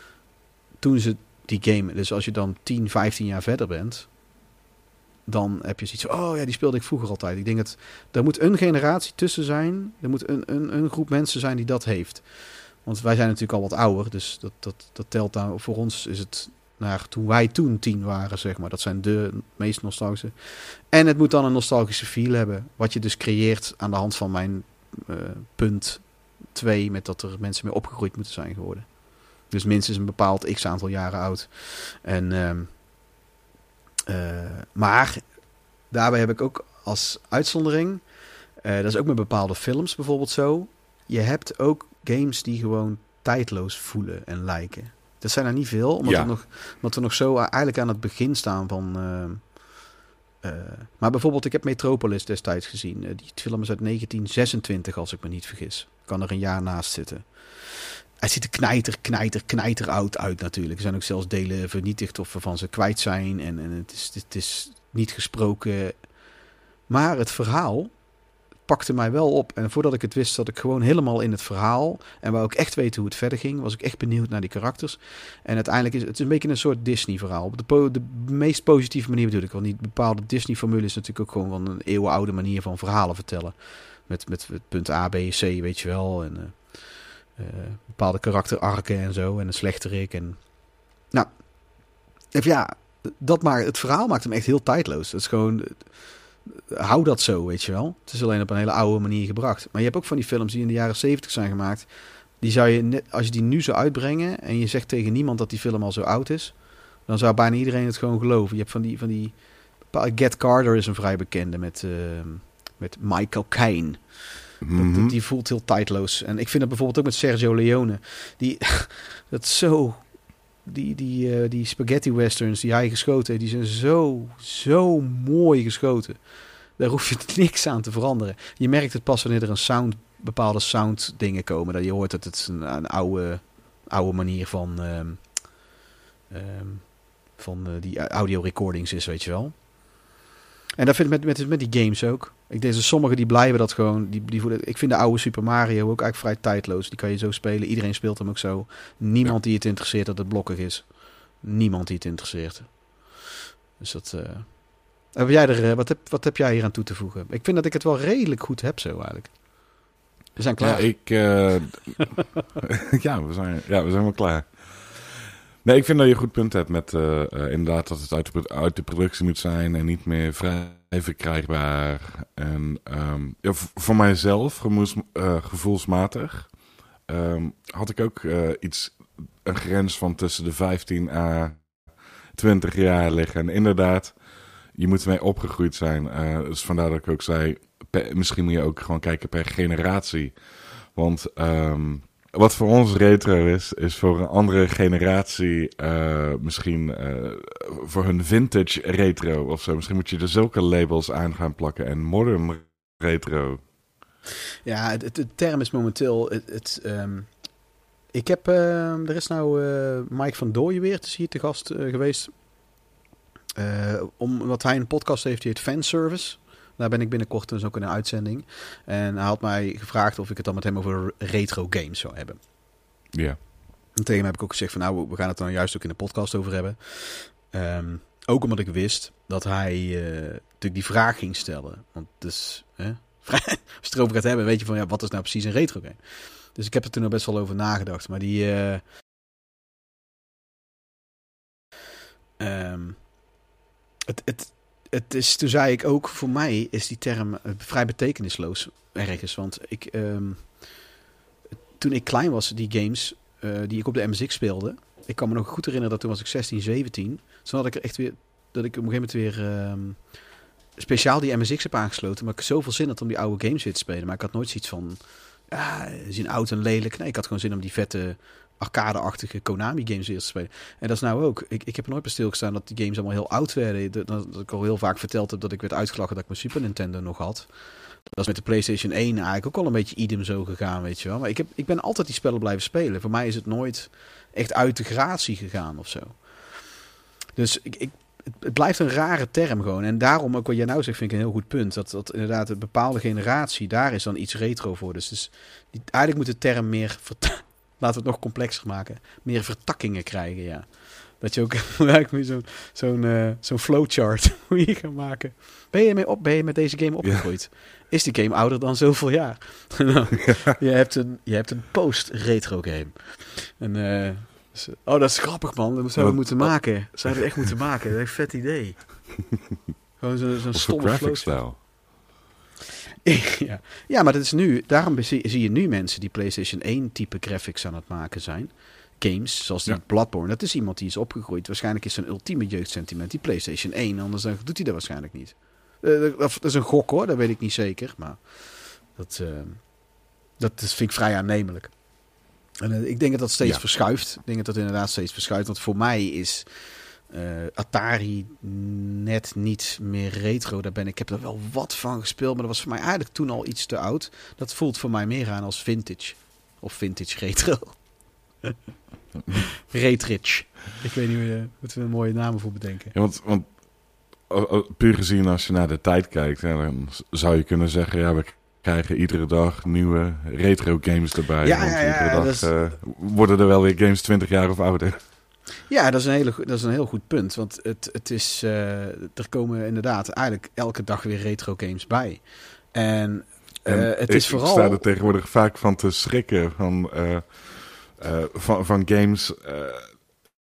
Toen ze die game, dus als je dan tien, vijftien jaar verder bent, dan heb je zoiets van, oh ja, die speelde ik vroeger altijd. Ik denk dat er moet een generatie tussen zijn. Er moet een, een, een groep mensen zijn die dat heeft. Want wij zijn natuurlijk al wat ouder. Dus dat, dat, dat telt nou. Voor ons is het naar toen wij toen tien waren, zeg maar. Dat zijn de meest nostalgische. En het moet dan een nostalgische feel hebben. Wat je dus creëert aan de hand van mijn uh, punt twee. Met dat er mensen mee opgegroeid moeten zijn geworden. Dus minstens een bepaald x aantal jaren oud. En... Um, Uh, maar daarbij heb ik ook als uitzondering, uh, dat is ook met bepaalde films bijvoorbeeld zo, je hebt ook games die gewoon tijdloos voelen en lijken. Dat zijn er niet veel, omdat, ja. we, nog, omdat we nog zo eigenlijk aan het begin staan van... Uh, uh, maar bijvoorbeeld, ik heb Metropolis destijds gezien. Uh, die film is uit negentien zesentwintig, als ik me niet vergis. Kan er een jaar naast zitten. Het ziet er knijter, knijter, knijter oud uit natuurlijk. Er zijn ook zelfs delen vernietigd of waarvan ze kwijt zijn. En, en het, is, het is niet gesproken. Maar het verhaal pakte mij wel op. En voordat ik het wist, zat ik gewoon helemaal in het verhaal. En wou ik echt weten hoe het verder ging. Was ik echt benieuwd naar die karakters. En uiteindelijk is het een beetje een soort Disney-verhaal. Op de, po- de meest positieve manier bedoel ik. Want die bepaalde Disney-formule is natuurlijk ook gewoon van een eeuwenoude manier van verhalen vertellen. Met, met, met punt A, B, C, weet je wel. En... Uh, Uh, bepaalde karakterarken en zo. En een slechterik. En... Nou, even ja, dat maar, het verhaal maakt hem echt heel tijdloos. Het is gewoon... hou dat zo, weet je wel. Het is alleen op een hele oude manier gebracht. Maar je hebt ook van die films die in de jaren zeventig zijn gemaakt. Die zou je, net, als je die nu zou uitbrengen en je zegt tegen niemand dat die film al zo oud is, dan zou bijna iedereen het gewoon geloven. Je hebt van die, van die Get Carter is een vrij bekende met, uh, met Michael Caine. Mm-hmm. Dat, die voelt heel tijdloos. En ik vind het bijvoorbeeld ook met Sergio Leone. Die, dat zo... Die, die, uh, die spaghetti westerns die hij geschoten heeft, die zijn zo, zo mooi geschoten. Daar hoef je niks aan te veranderen. Je merkt het pas wanneer er een sound, bepaalde sound dingen komen. Dat je hoort dat het een, een oude, oude manier van, um, um, van uh, die audio recordings is, weet je wel. En dat vind ik met, met, met die games ook. Ik denk dat sommigen die blijven dat gewoon. Die, die voelen, ik vind de oude Super Mario ook eigenlijk vrij tijdloos. Die kan je zo spelen. Iedereen speelt hem ook zo. Niemand ja. die het interesseert dat het blokkig is. Niemand die het interesseert. Dus dat... Uh... Heb jij er, uh, wat, heb, wat heb jij hier aan toe te voegen? Ik vind dat ik het wel redelijk goed heb zo eigenlijk. We zijn klaar. Ja, ik, uh... ja, we zijn, ja, we zijn wel klaar. Nee, ik vind dat je een goed punt hebt met uh, uh, inderdaad dat het uit de, uit de productie moet zijn en niet meer vrij verkrijgbaar. En um, ja, v- voor mijzelf, gemoes, uh, gevoelsmatig, um, had ik ook uh, iets, een grens van tussen de vijftien à twintig jaar liggen. En inderdaad, je moet ermee opgegroeid zijn. Uh, dus vandaar dat ik ook zei, per, misschien moet je ook gewoon kijken per generatie. Want... Um, wat voor ons retro is, is voor een andere generatie uh, misschien uh, voor hun vintage retro of zo. Misschien moet je er zulke labels aan gaan plakken en modern retro. Ja, het, het, de term is momenteel... Het, het, um, ik heb... Uh, er is nou uh, Mike van Dooyen weer, is hier te gast uh, geweest. Uh, omdat hij een podcast heeft, die heet Fanservice. Daar ben ik binnenkort dus ook in een uitzending. En hij had mij gevraagd of ik het dan met hem over retro games zou hebben. Ja. En tegen hem heb ik ook gezegd van nou, we gaan het dan juist ook in de podcast over hebben. Um, ook omdat ik wist dat hij uh, natuurlijk die vraag ging stellen. Want dus, hè, als je het erover gaat hebben, weet je van ja, wat is nou precies een retro game? Dus ik heb er toen al best wel over nagedacht. Maar die... Uh, um, het... het Het is, toen zei ik ook, voor mij is die term vrij betekenisloos ergens. Want ik, um, toen ik klein was, die games uh, die ik op de M S X speelde. Ik kan me nog goed herinneren dat toen was ik zestien, zeventien. Toen had ik er echt weer, dat ik op een gegeven moment weer um, speciaal die M S X heb aangesloten. Maar ik zoveel zin had om die oude games weer te spelen. Maar ik had nooit zoiets van, ja, zien oud en lelijk. Nee, ik had gewoon zin om die vette... arcade-achtige Konami-games weer te spelen. En dat is nou ook. Ik, ik heb er nooit bij stilgestaan dat die games allemaal heel oud werden. Dat, dat ik al heel vaak verteld heb dat ik werd uitgelachen dat ik mijn Super Nintendo nog had. Dat is met de PlayStation één eigenlijk ook al een beetje idem zo gegaan, weet je wel. Maar ik, heb, ik ben altijd die spellen blijven spelen. Voor mij is het nooit echt uit de gratie gegaan of zo. Dus ik, ik, het, het blijft een rare term gewoon. En daarom, ook wat jij nou zegt, vind ik een heel goed punt. Dat, dat inderdaad een bepaalde generatie, daar is dan iets retro voor. Dus, dus die, eigenlijk moet de term meer... Vert- Laten we het nog complexer maken. Meer vertakkingen krijgen, ja. Dat je ook zo'n, zo'n, uh, zo'n flowchart moet je gaan maken. Ben je, mee op, ben je met deze game opgegroeid? Ja. Is die game ouder dan zoveel jaar? nou, je, hebt een, je hebt een post-retro game. En, uh, dus, oh, dat is grappig, man. Dat zouden we moeten maken. Zouden we echt moeten maken. Dat is een vet idee. Gewoon zo, zo'n stomme flowchart. ja. ja, maar dat is nu... Daarom zie, zie je nu mensen die PlayStation één type graphics aan het maken zijn. Games, zoals die ja. Bloodborne. Dat is iemand die is opgegroeid. Waarschijnlijk is zijn ultieme jeugdsentiment die PlayStation één. Anders dan doet hij dat waarschijnlijk niet. Uh, dat is een gok hoor, dat weet ik niet zeker. Maar dat, uh, dat is, vind ik vrij aannemelijk. En uh, ik denk dat dat steeds ja. verschuift. Ik denk dat dat inderdaad steeds verschuift. Want voor mij is... Uh, Atari net niet meer retro. Daar ben ik, ik heb er wel wat van gespeeld, maar dat was voor mij eigenlijk toen al iets te oud. Dat voelt voor mij meer aan als vintage. Of vintage retro. Retrich. Ik weet niet hoe je, moeten we een mooie namen voor bedenken. Ja, want, want puur gezien als je naar de tijd kijkt, ja, dan zou je kunnen zeggen, ja, we krijgen iedere dag nieuwe retro games erbij. Ja, want ja, ja, iedere dag is... uh, worden er wel weer games twintig jaar of ouder. Ja, dat is een, hele, dat is een heel goed punt. Want het, het is, uh, er komen inderdaad eigenlijk elke dag weer retro games bij. En, uh, en het ik, is vooral... Ik sta er tegenwoordig vaak van te schrikken van, uh, uh, van, van games uh,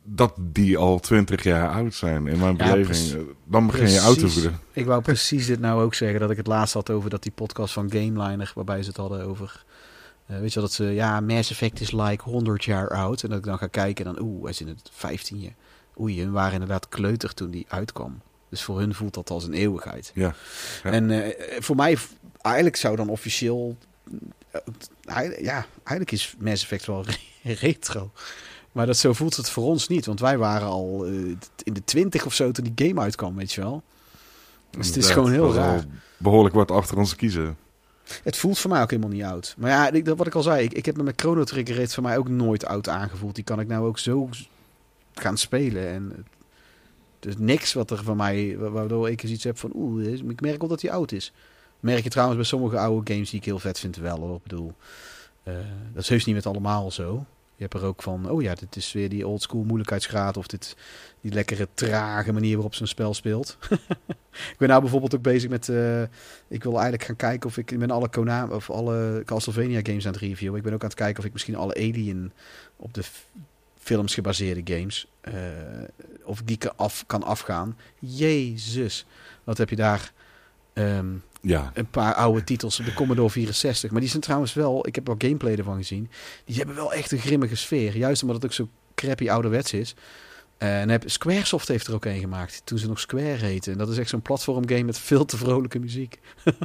dat die al twintig jaar oud zijn. In mijn Ja, beleving. precies. Dan begin je oud te voeden. Ik wou precies dit nou ook zeggen, dat ik het laatst had over dat die podcast van GameLiner, waarbij ze het hadden over, uh, weet je wel, dat ze, ja, Mass Effect is like honderd jaar oud. En dat ik dan ga kijken en dan, oeh, hij is in het vijftien jaar. Oei, hun waren inderdaad kleuter toen die uitkwam. Dus voor hun voelt dat als een eeuwigheid. Ja. Ja. En uh, voor mij, eigenlijk zou dan officieel, uh, ja, eigenlijk is Mass Effect wel retro. Maar dat zo voelt het voor ons niet. Want wij waren al uh, in de twintig of zo toen die game uitkwam, weet je wel. Dus het is gewoon heel raar. Behoorlijk wat achter ons kiezen. Het voelt voor mij ook helemaal niet oud. Maar ja, ik, wat ik al zei, ik, ik heb me met Chrono Trigger reeds voor mij ook nooit oud aangevoeld. Die kan ik nou ook zo gaan spelen. En dus niks wat er van mij, waardoor ik eens iets heb van, oeh, ik merk al dat hij oud is. Merk je trouwens bij sommige oude games die ik heel vet vind wel, hoor. Ik bedoel, uh, dat is heus niet met allemaal zo. Je hebt er ook van, oh ja, dit is weer die oldschool moeilijkheidsgraad of dit, die lekkere trage manier waarop zo'n spel speelt. Ik ben nou bijvoorbeeld ook bezig met, uh, ik wil eigenlijk gaan kijken of ik, ik ben alle Konami of alle Castlevania games aan het reviewen. Ik ben ook aan het kijken of ik misschien alle Alien op de f- films gebaseerde games, uh, of ik die kan, af, kan afgaan. Jezus, wat heb je daar... Um, Ja. Een paar oude titels op de Commodore vierenzestig. Maar die zijn trouwens wel... Ik heb wel gameplay ervan gezien. Die hebben wel echt een grimmige sfeer. Juist omdat het ook zo crappy ouderwets is. Uh, en heb, Squaresoft heeft er ook een gemaakt. Toen ze nog Square heten. En dat is echt zo'n platformgame met veel te vrolijke muziek.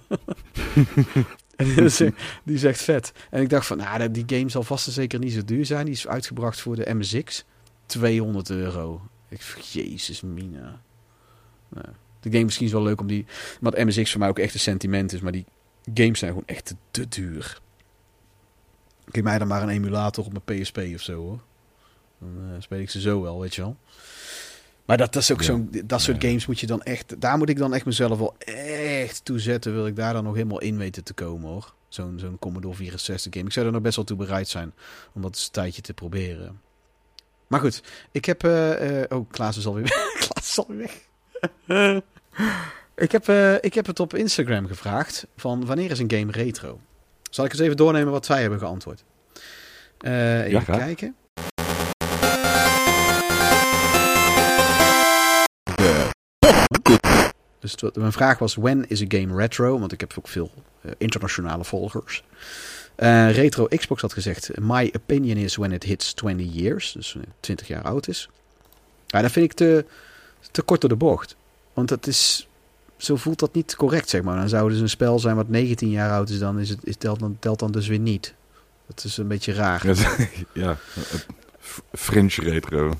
En die, is, die is echt vet. En ik dacht van... Nou, die game zal vast en zeker niet zo duur zijn. Die is uitgebracht voor de M S X. tweehonderd euro. Ik jezus mina. Nou... De game misschien is wel leuk om die... Want M S X voor mij ook echt een sentiment is. Maar die games zijn gewoon echt te, te duur. Geef mij dan maar een emulator op mijn P S P of zo, hoor. Dan uh, speel ik ze zo wel, weet je wel. Maar dat, dat is ook ja. zo'n... Dat soort ja. games moet je dan echt... Daar moet ik dan echt mezelf wel echt toe zetten. Wil ik daar dan nog helemaal in weten te komen, hoor. Zo'n, zo'n Commodore vierenzestig game. Ik zou er nog best wel toe bereid zijn. Om dat eens een tijdje te proberen. Maar goed. Ik heb... Uh, uh, oh, Klaas is alweer weg. Klaas is alweer weg. ik, heb, uh, ik heb het op Instagram gevraagd van wanneer is een game retro? Zal ik eens even doornemen wat zij hebben geantwoord? Uh, even ja, kijken. Dus het, mijn vraag was, when is a game retro? Want ik heb ook veel uh, internationale volgers. Uh, retro Xbox had gezegd, my opinion is when it hits twenty years. Dus uh, twintig jaar oud is. Ja, dat vind ik te... te kort door de bocht. Want het is... Zo voelt dat niet correct, zeg maar. Dan zou dus een spel zijn wat negentien jaar oud is, dan is het is telt, dan, telt dan dus weer niet. Dat is een beetje raar. Ja, ja French retro.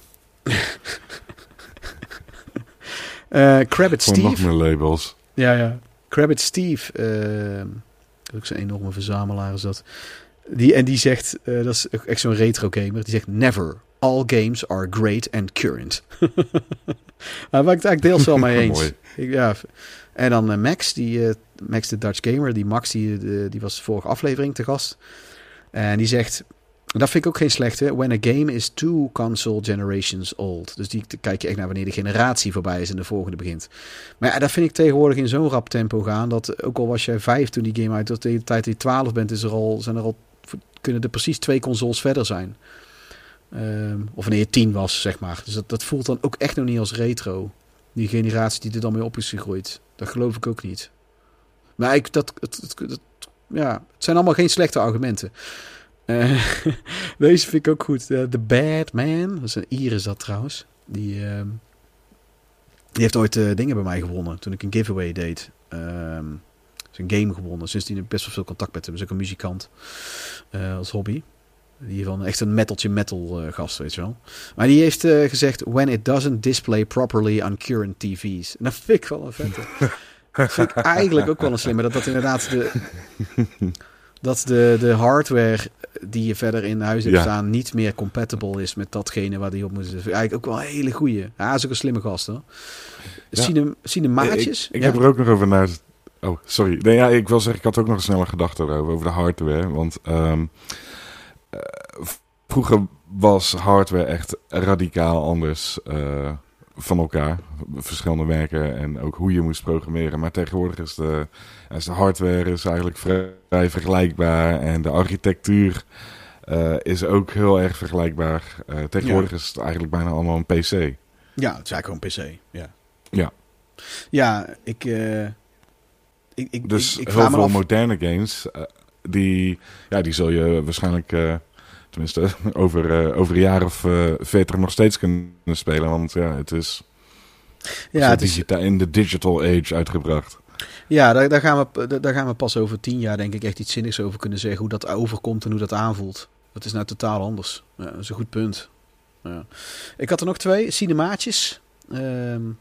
uh, Crabbit Steve. Nog meer labels. Ja, ja. Crabbit Steve. Uh, dat is ook zo'n enorme verzamelaar is dat. Die, en die zegt, uh, dat is echt zo'n retro gamer, die zegt never. All games are great and current. Daar ben ik het eigenlijk deels wel mee eens. Ik, ja. En dan uh, Max, die, uh, Max de Dutch Gamer. Die Max, die, uh, die was vorige aflevering te gast. En die zegt, dat vind ik ook geen slechte. When a game is two console generations old. Dus die kijk je echt naar wanneer de generatie voorbij is en de volgende begint. Maar ja, dat vind ik tegenwoordig in zo'n rap tempo gaan. Dat ook al was jij vijf toen die game uit, tot de tijd dat je twaalf bent, is er al, zijn er al, kunnen er precies twee consoles verder zijn. Um, of wanneer je tien was, zeg maar. Dus dat, dat voelt dan ook echt nog niet als retro. Die generatie die er dan mee op is gegroeid. Dat geloof ik ook niet. Maar ik, dat, het, het, het, ja, het zijn allemaal geen slechte argumenten. Uh, deze vind ik ook goed. Uh, The Bad Man. Dat is een Ier is dat trouwens. Die, uh, die heeft ooit uh, dingen bij mij gewonnen. Toen ik een giveaway deed. Um, een game gewonnen. Sindsdien heb ik best wel veel contact met hem. Hij is ook een muzikant. Uh, als hobby. Die van echt een metaltje metal uh, gast, weet je wel. Maar die heeft uh, gezegd... When it doesn't display properly on current T V's. En dat vind ik wel een vette. Dat vind ik eigenlijk ook wel een slimme. Dat dat inderdaad de... dat de, de hardware die je verder in huis hebt ja. staan... niet meer compatible is met datgene waar die op moet. Dat vind ik eigenlijk ook wel een hele goeie. Ja, hij is ook een slimme gast, hoor. Ja. Cine, cinemaatjes. Ik, ik ja. heb er ook nog over naar... Oh, sorry. Nee, ja, ik wil zeggen, ik had ook nog een snelle gedachte erover. Over de hardware. Want... Um, Uh, vroeger was hardware echt radicaal anders uh, van elkaar. Verschillende merken en ook hoe je moest programmeren. Maar tegenwoordig is de, is de hardware is eigenlijk vrij, vrij vergelijkbaar. En de architectuur uh, is ook heel erg vergelijkbaar. Uh, tegenwoordig ja. is het eigenlijk bijna allemaal een P C. Ja, het is eigenlijk gewoon een P C. Ja, ja. ja ik, uh, ik, ik... Dus ik, ik heel veel af... moderne games, uh, die, ja, die zul je waarschijnlijk... Uh, tenminste, over, uh, over een jaar of uh, veertig nog steeds kunnen spelen. Want ja, het is, ja, het digita- is in de digital age uitgebracht. Ja, daar, daar, gaan we, daar gaan we pas over tien jaar denk ik echt iets zinnigs over kunnen zeggen. Hoe dat overkomt en hoe dat aanvoelt. Dat is nou totaal anders. Ja, dat is een goed punt. Ja. Ik had er nog twee. Cinemaatjes. Um,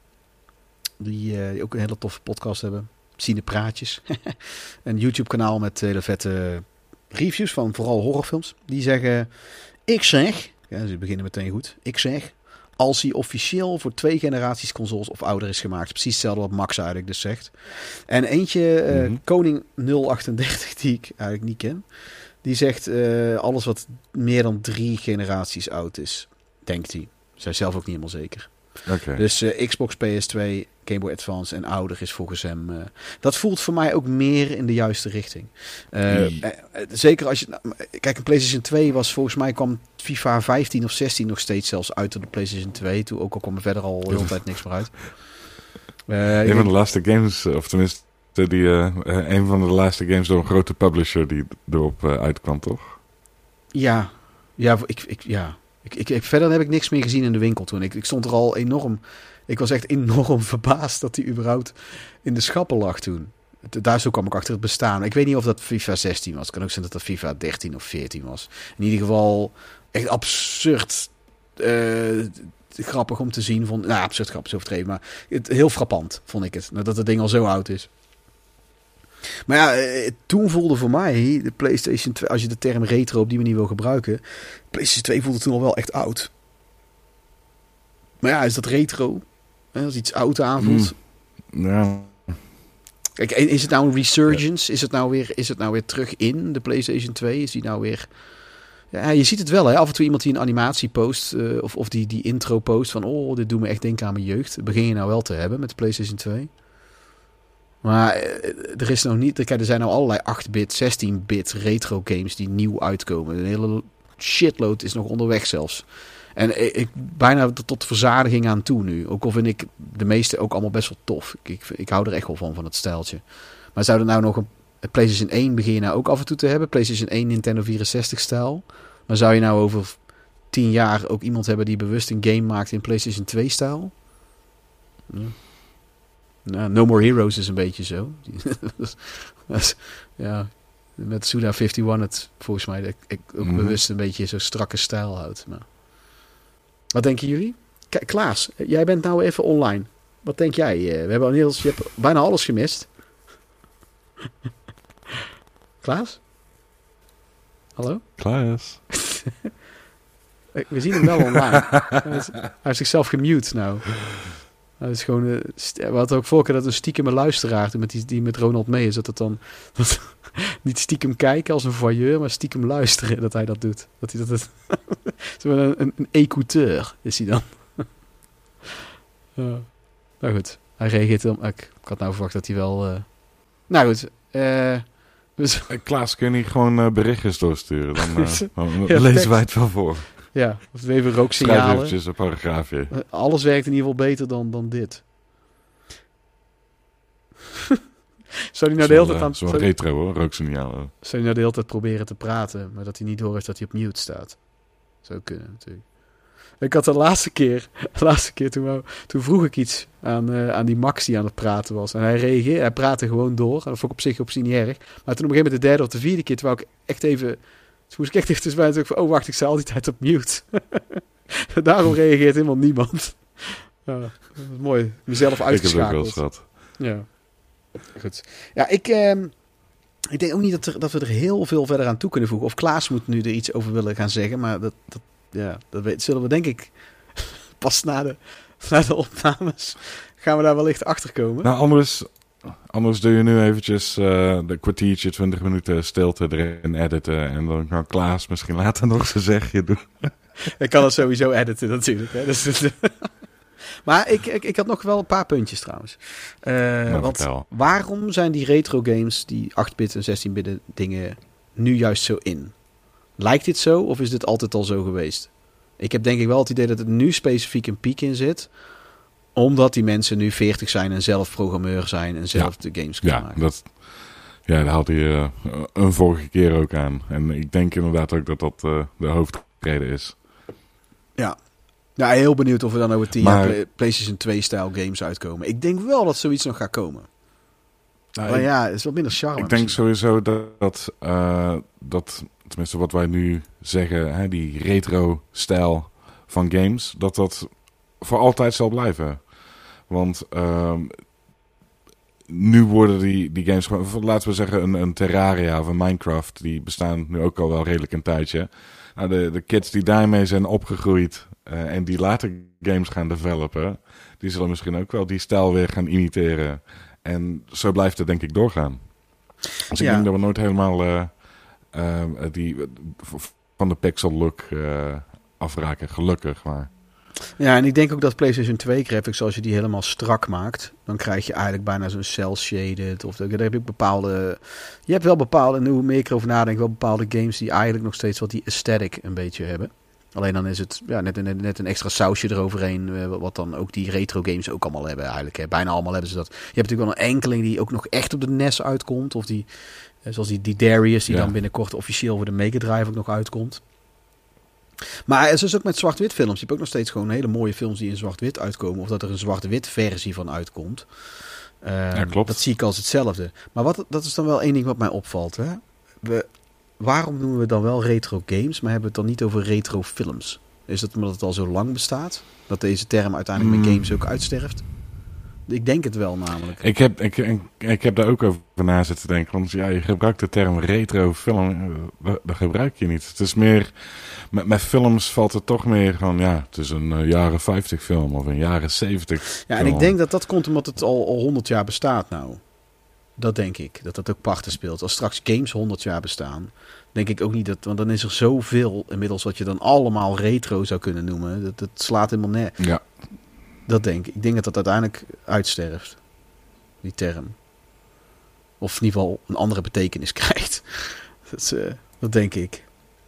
die, uh, die ook een hele toffe podcast hebben. Cinepraatjes. Een YouTube kanaal met hele vette reviews van vooral horrorfilms. Die zeggen, ik zeg, ja, ze beginnen meteen goed. Ik zeg, als hij officieel voor twee generaties consoles of ouder is gemaakt. Precies hetzelfde wat Max eigenlijk dus zegt. En eentje, uh, mm-hmm. Koning nul achtendertig, die ik eigenlijk niet ken. Die zegt, uh, alles wat meer dan drie generaties oud is. Denkt hij. Zij zelf ook niet helemaal zeker. Okay. Dus uh, Xbox, P S twee, Game Boy Advance en ouder is volgens hem... Uh, dat voelt voor mij ook meer in de juiste richting. Uh, uh, zeker als je... Uh, kijk, een PlayStation twee was volgens mij... kwam FIFA vijftien of zestien nog steeds zelfs uit op de PlayStation twee. Toen ook al kwam er verder al de hele tijd niks meer uit. Uh, een van de laatste games, of tenminste... Die, uh, een van de laatste games door een grote publisher die erop uh, uitkwam, toch? Ja. Ja, ik... ik ja. Ik, ik, ik, verder heb ik niks meer gezien in de winkel toen. Ik, ik stond er al enorm... Ik was echt enorm verbaasd dat hij überhaupt in de schappen lag toen. Daar zo kwam ik achter het bestaan. Ik weet niet of dat FIFA zestien was. Het kan ook zijn dat dat FIFA dertien of veertien was. In ieder geval echt absurd uh, grappig om te zien. Vond, nou, absurd grappig overdreven, maar het, heel frappant vond ik het. Dat het ding al zo oud is. Maar ja, toen voelde voor mij de PlayStation twee, als je de term retro op die manier wil gebruiken, PlayStation twee voelde toen al wel echt oud. Maar ja, is dat retro? Als iets oud aanvoelt. Mm. Ja. Kijk, is het nou een resurgence? Is het nou weer, is het nou weer terug in de PlayStation twee? Is die nou weer... Ja, je ziet het wel, hè. Af en toe iemand die een animatie post, uh, of, of die, die intro post van, oh, dit doet me echt denken aan mijn jeugd. Dat begin je nou wel te hebben met de PlayStation twee. Maar er is nog niet... Kijk, er zijn nou allerlei acht-bit, zestien-bit retro games die nieuw uitkomen. Een hele shitload is nog onderweg zelfs. En ik bijna tot de verzadiging aan toe nu. Ook al vind ik de meeste ook allemaal best wel tof. Ik, ik, ik hou er echt wel van, van het stijltje. Maar zou er nou nog een, een PlayStation één begin je nou ook af en toe te hebben? PlayStation één Nintendo vierenzestig stijl. Maar zou je nou over tien jaar ook iemand hebben die bewust een game maakt in PlayStation twee stijl? Ja. Nou, No More Heroes is een beetje zo. Ja, met Suda eenenvijftig het volgens mij ik, ik ook mm-hmm. bewust een beetje zo'n strakke stijl houdt. Maar... Wat denken jullie? K- Klaas, jij bent nou even online. Wat denk jij? We hebben al heel, je hebt bijna alles gemist. Klaas? Hallo? Klaas? We zien hem wel online. Hij is, hij heeft zichzelf gemute nou. Hij is gewoon... Uh, st- we hadden ook vorige keer dat een stiekeme luisteraar met die, die met Ronald mee is. Dat het dan... Dat, niet stiekem kijken als een voyeur, maar stiekem luisteren dat hij dat doet. Dat hij dat... dat een, een, een écouteur is hij dan. uh, nou goed, hij reageert... Ik, ik had nou verwacht dat hij wel... Uh... Nou goed, uh, dus... Klaas, kun je niet gewoon uh, berichtjes doorsturen? Dan, uh, dan ja, lezen wij het wel voor. Ja, of even rooksignalen. Schrijf eventjes een paragraafje. Uh, alles werkt in ieder geval beter dan, dan dit. Zou hij nou de hele tijd aan... Zo'n zou... retro hoor, rooksignalen. Zou hij nou de hele tijd proberen te praten, maar dat hij niet hoort dat hij op mute staat? Zou kunnen natuurlijk. Ik had de laatste keer, de laatste keer toen, we, toen vroeg ik iets aan, uh, aan die Max die aan het praten was. En hij reageerde, hij praatte gewoon door. En dat vond ik op zich op zich niet erg. Maar toen op een gegeven moment de derde of de vierde keer, terwijl ik echt even... Toen moest ik echt even tussen mij van, oh wacht, ik sta al die tijd op mute. Daarom reageert helemaal niemand. Ja, dat is mooi. Mezelf uitgeschakeld. Ik heb ook wel ja. Goed. Ja, ik, eh, ik denk ook niet dat, er, dat we er heel veel verder aan toe kunnen voegen. Of Klaas moet nu er iets over willen gaan zeggen. Maar dat, dat, ja, dat weet, zullen we denk ik pas na de, na de opnames gaan we daar wellicht achter komen. Nou, anders, anders doe je nu eventjes uh, de kwartiertje, twintig minuten stilte erin editen. En dan kan Klaas misschien later nog zijn zegje doen. Ik kan het sowieso editen natuurlijk. Hè. Dus, dus, maar ik, ik, ik had nog wel een paar puntjes trouwens. Uh, nou, want vertel. Waarom zijn die retro games, die acht-bit en zestien-bit dingen, nu juist zo in? Lijkt dit zo of is dit altijd al zo geweest? Ik heb denk ik wel het idee dat het nu specifiek een piek in zit. Omdat die mensen nu veertig zijn en zelf programmeur zijn en zelf ja. de games kunnen ja, maken. Dat, ja, daar had hij uh, een vorige keer ook aan. En ik denk inderdaad ook dat dat uh, de hoofdreden is. Ja. Ja, heel benieuwd of er dan over tien maar, jaar Play- PlayStation twee-stijl games uitkomen. Ik denk wel dat zoiets nog gaat komen. Nou, maar ik, ja, het is wat minder charme. Ik denk sowieso dat, dat, uh, dat, tenminste wat wij nu zeggen, hè, die retro-stijl van games, dat dat voor altijd zal blijven. Want uh, nu worden die, die games gewoon, laten we zeggen een, een Terraria of een Minecraft, die bestaan nu ook al wel redelijk een tijdje. Nou, de, de kids die daarmee zijn opgegroeid uh, en die later games gaan developen, die zullen misschien ook wel die stijl weer gaan imiteren. En zo blijft het denk ik doorgaan. Dus ik ja. denk dat we nooit helemaal uh, uh, die van de pixel look uh, afraken, gelukkig maar. Ja, en ik denk ook dat PlayStation twee graphics, als je die helemaal strak maakt, dan krijg je eigenlijk bijna zo'n cel-shaded. Of daar heb je bepaalde. Je hebt wel bepaalde, en hoe meer ik erover nadenk, wel bepaalde games die eigenlijk nog steeds wat die aesthetic een beetje hebben. Alleen dan is het ja, net, net, net een extra sausje eroverheen, wat dan ook die retro games ook allemaal hebben eigenlijk. Hè. Bijna allemaal hebben ze dat. Je hebt natuurlijk wel een enkeling die ook nog echt op de N E S uitkomt. Of die, zoals die, die Darius, die ja. dan binnenkort officieel voor de Mega Drive ook nog uitkomt. Maar het is ook met zwart-wit films. Je hebt ook nog steeds gewoon hele mooie films die in zwart-wit uitkomen. Of dat er een zwart-wit versie van uitkomt. Uh, ja, klopt. Dat zie ik als hetzelfde. Maar wat, dat is dan wel één ding wat mij opvalt. Hè? We, waarom noemen we dan wel retro games, maar hebben we het dan niet over retro films? Is het omdat het al zo lang bestaat? Dat deze term uiteindelijk mm. met games ook uitsterft? Ik denk het wel namelijk. Ik heb, ik, ik, ik heb daar ook over na zitten denken. Want ja, je gebruikt de term retro film. Dat, dat gebruik je niet. Het is meer... Met, met films valt het toch meer van... Ja, het is een uh, jaren vijftig film of een jaren zeventig Ja, film. en ik denk dat dat komt omdat het al, al honderd jaar bestaat nou. Dat denk ik. Dat dat ook parten speelt. Als straks games honderd jaar bestaan... denk ik ook niet dat... Want dan is er zoveel inmiddels wat je dan allemaal retro zou kunnen noemen. Dat, dat slaat helemaal neer. Ja. Dat denk ik. Ik denk dat dat uiteindelijk uitsterft. Die term. Of in ieder geval een andere betekenis krijgt. Dat, is, uh, dat denk ik.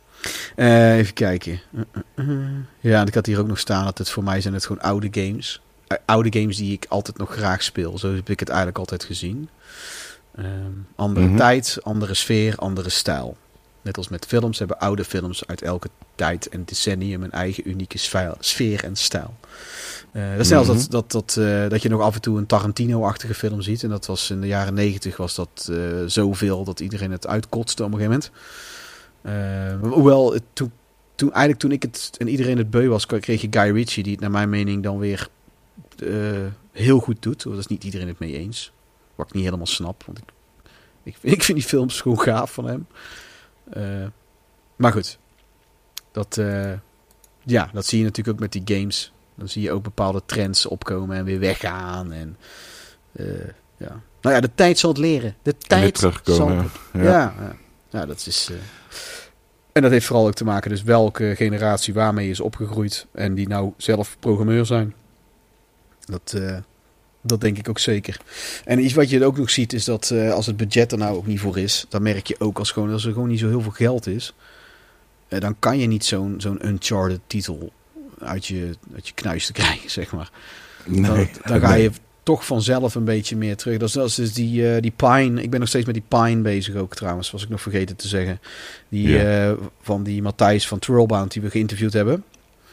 Uh, even kijken. Uh, uh, uh. Ja, en ik had hier ook nog staan dat het voor mij zijn het gewoon oude games. Uh, oude games die ik altijd nog graag speel. Zo heb ik het eigenlijk altijd gezien. Uh, andere mm-hmm. tijd, andere sfeer, andere stijl. Net als met films hebben oude films uit elke tijd en decennium een eigen unieke sfeer en stijl. Uh, dat is zelfs mm-hmm. dat, dat, dat, uh, dat je nog af en toe een Tarantino-achtige film ziet. En dat was in de jaren negentig was dat uh, zoveel dat iedereen het uitkotste op een gegeven moment. Uh, hoewel, het, toen, toen, eigenlijk toen ik het en iedereen het beu was, kreeg je Guy Ritchie, die het naar mijn mening dan weer uh, heel goed doet. Dat is niet iedereen het mee eens. Wat ik niet helemaal snap, want ik, ik, ik vind die films gewoon gaaf van hem. Uh, maar goed, dat, uh, ja, dat zie je natuurlijk ook met die games. Dan zie je ook bepaalde trends opkomen en weer weggaan. En, uh, ja. Nou ja, de tijd zal het leren. De tijd zal het... Ja, ja, ja. ja dat is... Uh... En dat heeft vooral ook te maken dus welke generatie waarmee je is opgegroeid. En die nou zelf programmeur zijn. Dat, uh, dat denk ik ook zeker. En iets wat je ook nog ziet is dat uh, als het budget er nou ook niet voor is. Dan merk je ook als, gewoon, als er gewoon niet zo heel veel geld is. Uh, dan kan je niet zo'n, zo'n Uncharted titel... Uit je, uit je knuis te krijgen, zeg maar. Nee, dan, dan ga nee. je toch vanzelf een beetje meer terug. Dat is, dat is dus die, uh, die Pine. Ik ben nog steeds met die Pine bezig ook trouwens. Was ik nog vergeten te zeggen. Die ja. uh, van die Matthijs van Trollbound die we geïnterviewd hebben.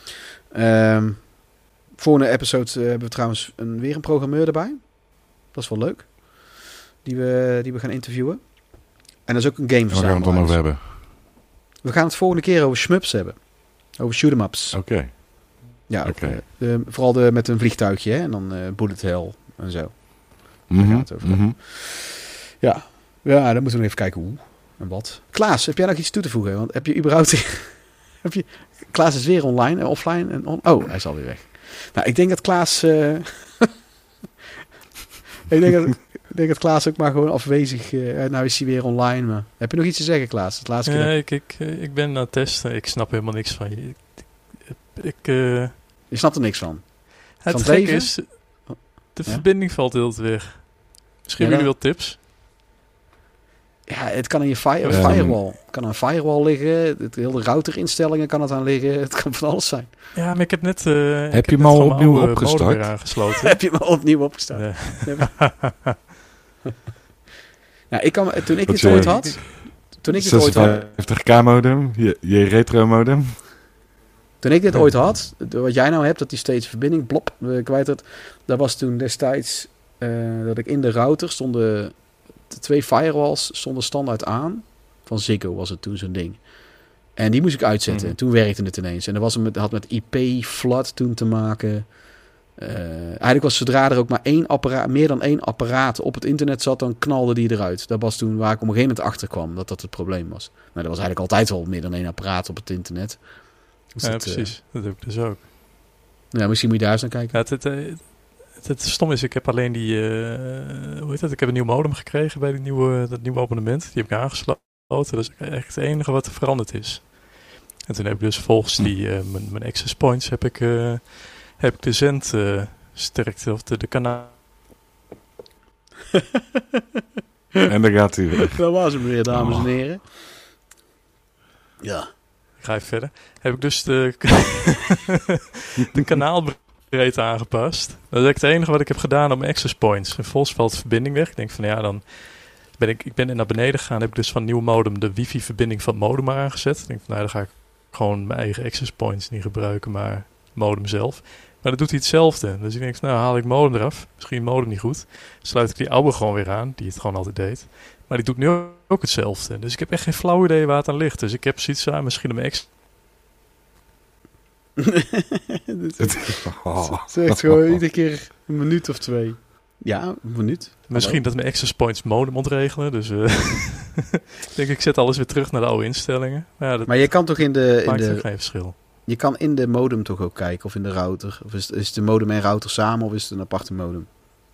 Um, voor een episode uh, hebben we trouwens een, weer een programmeur erbij. Dat is wel leuk. Die we, die we gaan interviewen. En dat is ook een game. Waar gaan we het dan over hebben? We gaan het volgende keer over shmups hebben. Over shoot-em-ups. Oké. Okay. Ja, okay. uh, vooral de, met een vliegtuigje hè? En dan uh, bullet hell en zo. Mm-hmm. Daar gaat het over. Mm-hmm. Ja. Ja, dan moeten we even kijken hoe en wat. Klaas, heb jij nog iets toe te voegen? Want heb je überhaupt... heb je... Klaas is weer online en offline. En on... Oh, hij is alweer weg. Nou, ik denk dat Klaas... Uh... ik, denk dat, ik denk dat Klaas ook maar gewoon afwezig... Uh... Nou is hij weer online. Maar... Heb je nog iets te zeggen, Klaas? Het laatste ja, keer... ik, ik, ik ben aan het testen. Ik snap helemaal niks van je. Ik... ik uh... Je snapt er niks van? Het van gek is... De ja? verbinding valt heel weg. Misschien ja, jullie wel tips? Ja, het kan aan je fire, Um, firewall. Het kan aan firewall liggen. Het hele routerinstellingen kan het aan liggen. Het kan van alles zijn. Ja, maar ik heb net... Uh, heb ik je hem net al gewoon mijn opnieuw oude opgestart? modem weer aangesloten. Heb je hem al opnieuw opgestart? Nee. Nou, ik kan, toen ik Wat dit je- ooit had... Toen ik dit ooit had... zesenvijftig k modem, je, je retro modem. Toen ik dit ooit had, wat jij nou hebt, dat die steeds verbinding blop eh, kwijt had, dat was toen destijds eh, dat ik in de router stonden de twee firewalls stonden standaard aan. Van Ziggo was het toen zo'n ding. En die moest ik uitzetten. Mhm. En toen werkte het ineens. En dat was met, had met I P-flood toen te maken. Eh, eigenlijk was zodra er ook maar één apparaat, meer dan één apparaat op het internet zat, dan knalde die eruit. Dat was toen waar ik op een gegeven moment achter kwam dat dat het probleem was. Maar dat was eigenlijk altijd al meer dan één apparaat op het internet. Dus Ja, dat, eh, precies. Dat heb ik dus ook. ja, misschien moet je daar eens naar kijken. Ja, het, het, eh, het, het stom is, ik heb alleen die... uh, hoe heet dat? Ik heb een nieuw modem gekregen bij die nieuwe, dat nieuwe abonnement. Die heb ik aangesloten. Dat is echt het enige wat er veranderd is. En toen heb ik dus volgens die, uh, mijn, mijn access points heb ik, uh, heb ik de zendsterkte of de, de kanaal... En dan gaat hij weer. Dat was hem weer, dames en Oh. heren. Ja. Ik ga even verder. Heb ik dus de, de kanaalbreedte aangepast. Dat is echt het enige wat ik heb gedaan op mijn access points. En vervolgens valt de verbinding weg. Ik denk van ja, dan ben ik, ik ben naar beneden gegaan. Heb ik dus van nieuw modem de wifi-verbinding van het modem maar aangezet. Ik denk van nou, dan ga ik gewoon mijn eigen access points niet gebruiken, maar het modem zelf. Maar dat doet hij hetzelfde. Dus ik denk van nou, haal ik modem eraf. Misschien modem niet goed. Sluit ik die oude gewoon weer aan, die het gewoon altijd deed. Maar die doet nu ook hetzelfde. Dus ik heb echt geen flauw idee waar het aan ligt. Dus ik heb zoiets aan, misschien een ex. Oh. Zegt gewoon iedere keer een minuut of twee. Ja, een minuut. Misschien dat mijn access points modem ontregelen. Dus uh, ik denk, ik zet alles weer terug naar de oude instellingen. Maar ja, dat Maar je kan toch in de, in maakt ook de, geen verschil. je kan in de modem toch ook kijken, of in de router. Of is, is de modem en router samen, of is het een aparte modem?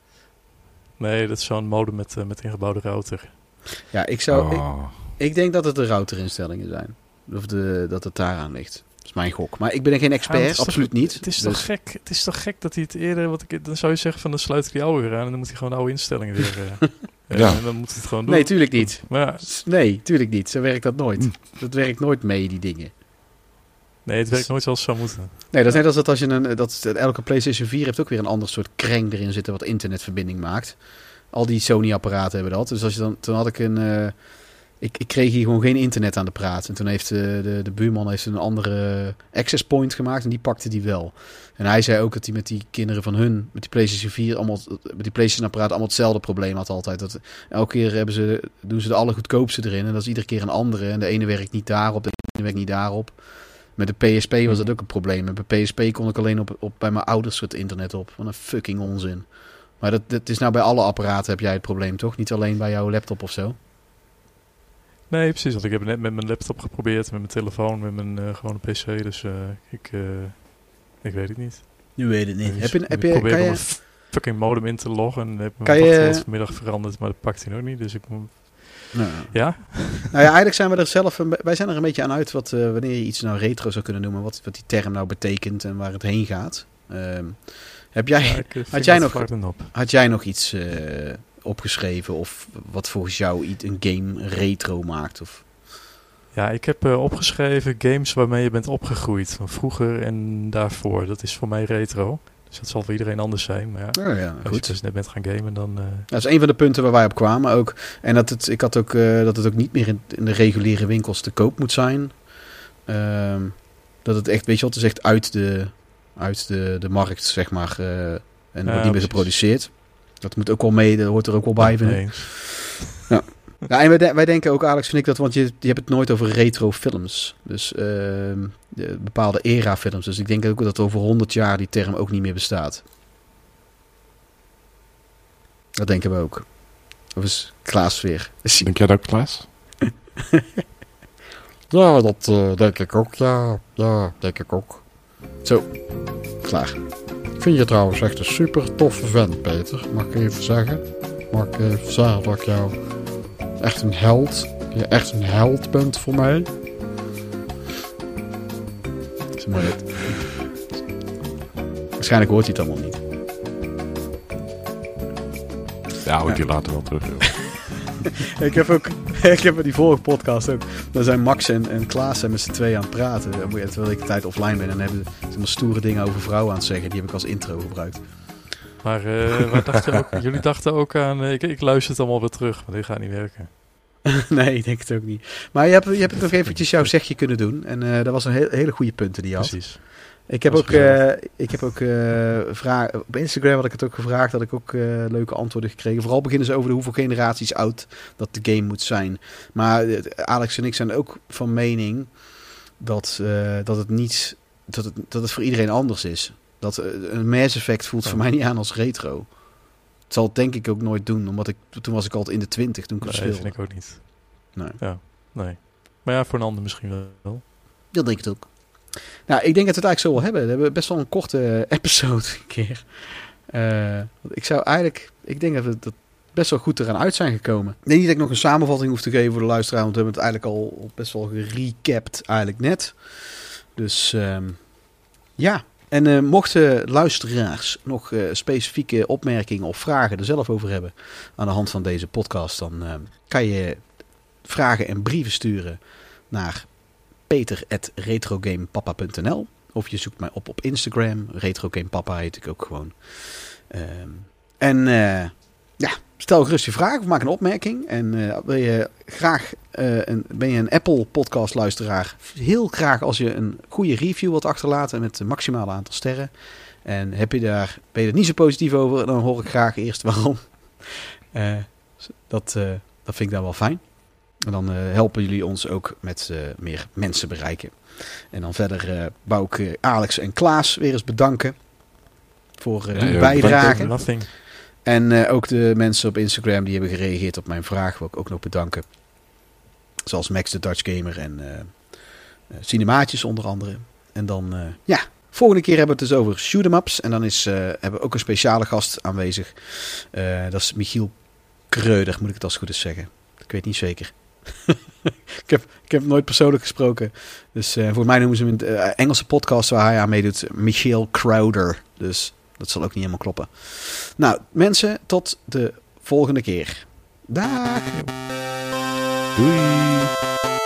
Nee, dat is zo'n modem met, uh, met ingebouwde router. Ja, ik zou... Ik, Oh. ik denk dat het de routerinstellingen zijn. Of de, dat het daaraan ligt. Dat is mijn gok. Maar ik ben geen Ja, expert, maar het is absoluut toch, niet. Het is, Dus- toch gek, het is toch gek dat hij het eerder... Wat ik, dan zou je zeggen van dan sluit ik die oude weer aan... en dan moet hij gewoon de oude instellingen weer... Uh, Ja. En dan moet hij het gewoon doen. Nee, tuurlijk niet. Maar ja, Nee, tuurlijk niet. Zo werkt dat nooit. Hm. Dat werkt nooit mee, die dingen. nee, het werkt nooit zoals het zou moeten. Nee, dat is net als dat als je een... Dat, elke PlayStation vier heeft ook weer een ander soort kreng erin zitten wat internetverbinding maakt. Al die Sony-apparaten hebben dat. Dus als je dan, toen had ik een... Uh, ik, ik kreeg hier gewoon geen internet aan de praat. En toen heeft uh, de, de buurman heeft een andere access point gemaakt en die pakte die wel. En hij zei ook dat hij met die kinderen van hun, met die PlayStation vier, allemaal, met die PlayStation-apparaat allemaal hetzelfde probleem had altijd. Dat, elke keer hebben ze, doen ze de allergoedkoopste erin en dat is iedere keer een andere. En de ene werkt niet daarop, de ene werkt niet daarop. Met de P S P was dat ook een probleem. Met de P S P kon ik alleen op, op, bij mijn ouders het internet op. Wat een fucking onzin. Maar dat, dat is nou bij alle apparaten heb jij het probleem, toch? Niet alleen bij jouw laptop of zo? Nee, precies. Want ik heb het net met mijn laptop geprobeerd, met mijn telefoon, met mijn uh, gewone P C. Dus uh, ik, uh, ik weet het niet. Nu weet het niet. Dus heb je, ik heb je, probeer kan om je, een fucking modem in te loggen. En heb Kan mijn je- wachtwoord vanmiddag veranderd, maar dat pakt hij nog niet. Dus ik moet... nou, Ja? nou ja, eigenlijk zijn we er zelf een, be- wij zijn er een beetje aan uit wat, uh, wanneer je iets nou retro zou kunnen noemen, wat, wat die term nou betekent en waar het heen gaat. Um, heb jij, ja ik, uh, had, jij dat nog, flarden op. had jij nog iets uh, opgeschreven of wat volgens jou iets, een game retro maakt? Of? Ja, ik heb uh, opgeschreven games waarmee je bent opgegroeid. Van vroeger en daarvoor. Dat is voor mij retro. Dus dat zal voor iedereen anders zijn. Maar ja, Oh ja, als goed. je dus net bent gaan gamen, dan... Uh, Dat is een van de punten waar wij op kwamen ook. En dat het, ik had ook, uh, dat het ook niet meer in, in de reguliere winkels te koop moet zijn. Um, dat het echt, weet je wat, het is echt uit de, uit de, de markt, zeg maar. Uh, en wordt niet meer precies. geproduceerd. Dat moet ook wel mee, dat hoort er ook wel bij, vind ik. nee. Ja, en wij, de- wij denken ook, Alex, vind ik dat, want je, je hebt het nooit over retro films. Dus uh, de bepaalde era films. Dus ik denk ook dat over honderd jaar die term ook niet meer bestaat. Dat denken we ook. Of is Klaas weer? Is- Denk jij dat ook, Klaas? Ja, dat uh, denk ik ook. Ja, ja, denk ik ook. Zo, klaar. Ik vind je trouwens echt een super toffe vent, Peter. Mag ik even zeggen? Mag ik even zeggen dat ik jou echt een held, je echt een held bent voor mij? Dat is mooi. Dat- Waarschijnlijk hoort hij het allemaal niet. Ja, hoort je later wel terug. Joh. ik heb ook, ik heb in die vorige podcast ook, daar zijn Max en, en Klaas zijn met z'n tweeën aan het praten. Terwijl ik de tijd offline ben en hebben ze allemaal stoere dingen over vrouwen aan het zeggen. Die heb ik als intro gebruikt. Maar uh, waar dacht je ook, jullie dachten ook aan... Uh, ik, ik luister het allemaal weer terug, want dit gaat niet werken. Nee, ik denk het ook niet. Maar je hebt, je hebt nog eventjes jouw zegje kunnen doen. En uh, dat was een he- hele goede punten die je had. Precies. Ik heb ook, uh, ik heb ook uh, vragen... Op Instagram had ik het ook gevraagd. Had ik ook uh, leuke antwoorden gekregen. Vooral beginnen ze over de hoeveel generaties oud dat de game moet zijn. Maar uh, Alex en ik zijn ook van mening... dat, uh, dat, het, niet, dat, het, dat het voor iedereen anders is. Dat uh, een Mass Effect voelt ja. voor mij niet aan als retro. Het zal het denk ik ook nooit doen. Omdat ik, toen was ik al in de twintig. Toen ik nee, speelde. dat vind ik ook niet. Nee. Ja, nee. Maar ja, voor een ander misschien wel. Dat denk ik ook. Nou, ik denk dat we het eigenlijk zo wel hebben. We hebben best wel een korte episode een keer. Uh, ik zou eigenlijk... Ik denk dat we dat best wel goed eraan uit zijn gekomen. Ik denk niet dat ik nog een samenvatting hoef te geven voor de luisteraar. Want we hebben het eigenlijk al best wel gerecapt eigenlijk net. Dus um, ja... En uh, mochten luisteraars nog uh, specifieke opmerkingen of vragen er zelf over hebben aan de hand van deze podcast, dan uh, kan je vragen en brieven sturen naar peter at retrogamepapa punt n l of je zoekt mij op op Instagram. Retrogamepapa heet ik ook gewoon. Uh, en uh, ja, stel gerust je vraag of maak een opmerking. En uh, wil je graag, uh, een, ben je een Apple podcast luisteraar, heel graag als je een goede review wilt achterlaten met het maximale aantal sterren. En heb je daar, ben je er niet zo positief over, dan hoor ik graag eerst waarom. Uh, dat, uh, dat vind ik dan wel fijn. En dan uh, helpen jullie ons ook met uh, meer mensen bereiken. En dan verder uh, wou ik uh, Alex en Klaas weer eens bedanken voor uh, ja, hun ja, bijdrage. Nothing. En uh, ook de mensen op Instagram die hebben gereageerd op mijn vraag, wil ik ook nog bedanken. Zoals Max de Dutch Gamer en uh, uh, Cinemaatjes onder andere. En dan, uh, ja, volgende keer hebben we het dus over shoot-em-ups. En dan is, uh, hebben we ook een speciale gast aanwezig. Uh, dat is Michiel Kreuder, moet ik het als goed eens zeggen. Ik weet niet zeker. ik, heb, ik heb hem nooit persoonlijk gesproken. Dus uh, voor mij noemen ze hem in de uh, Engelse podcast waar hij aan meedoet Michiel Crowder. Dus dat zal ook niet helemaal kloppen. Nou, mensen, tot de volgende keer. Dag! Doei!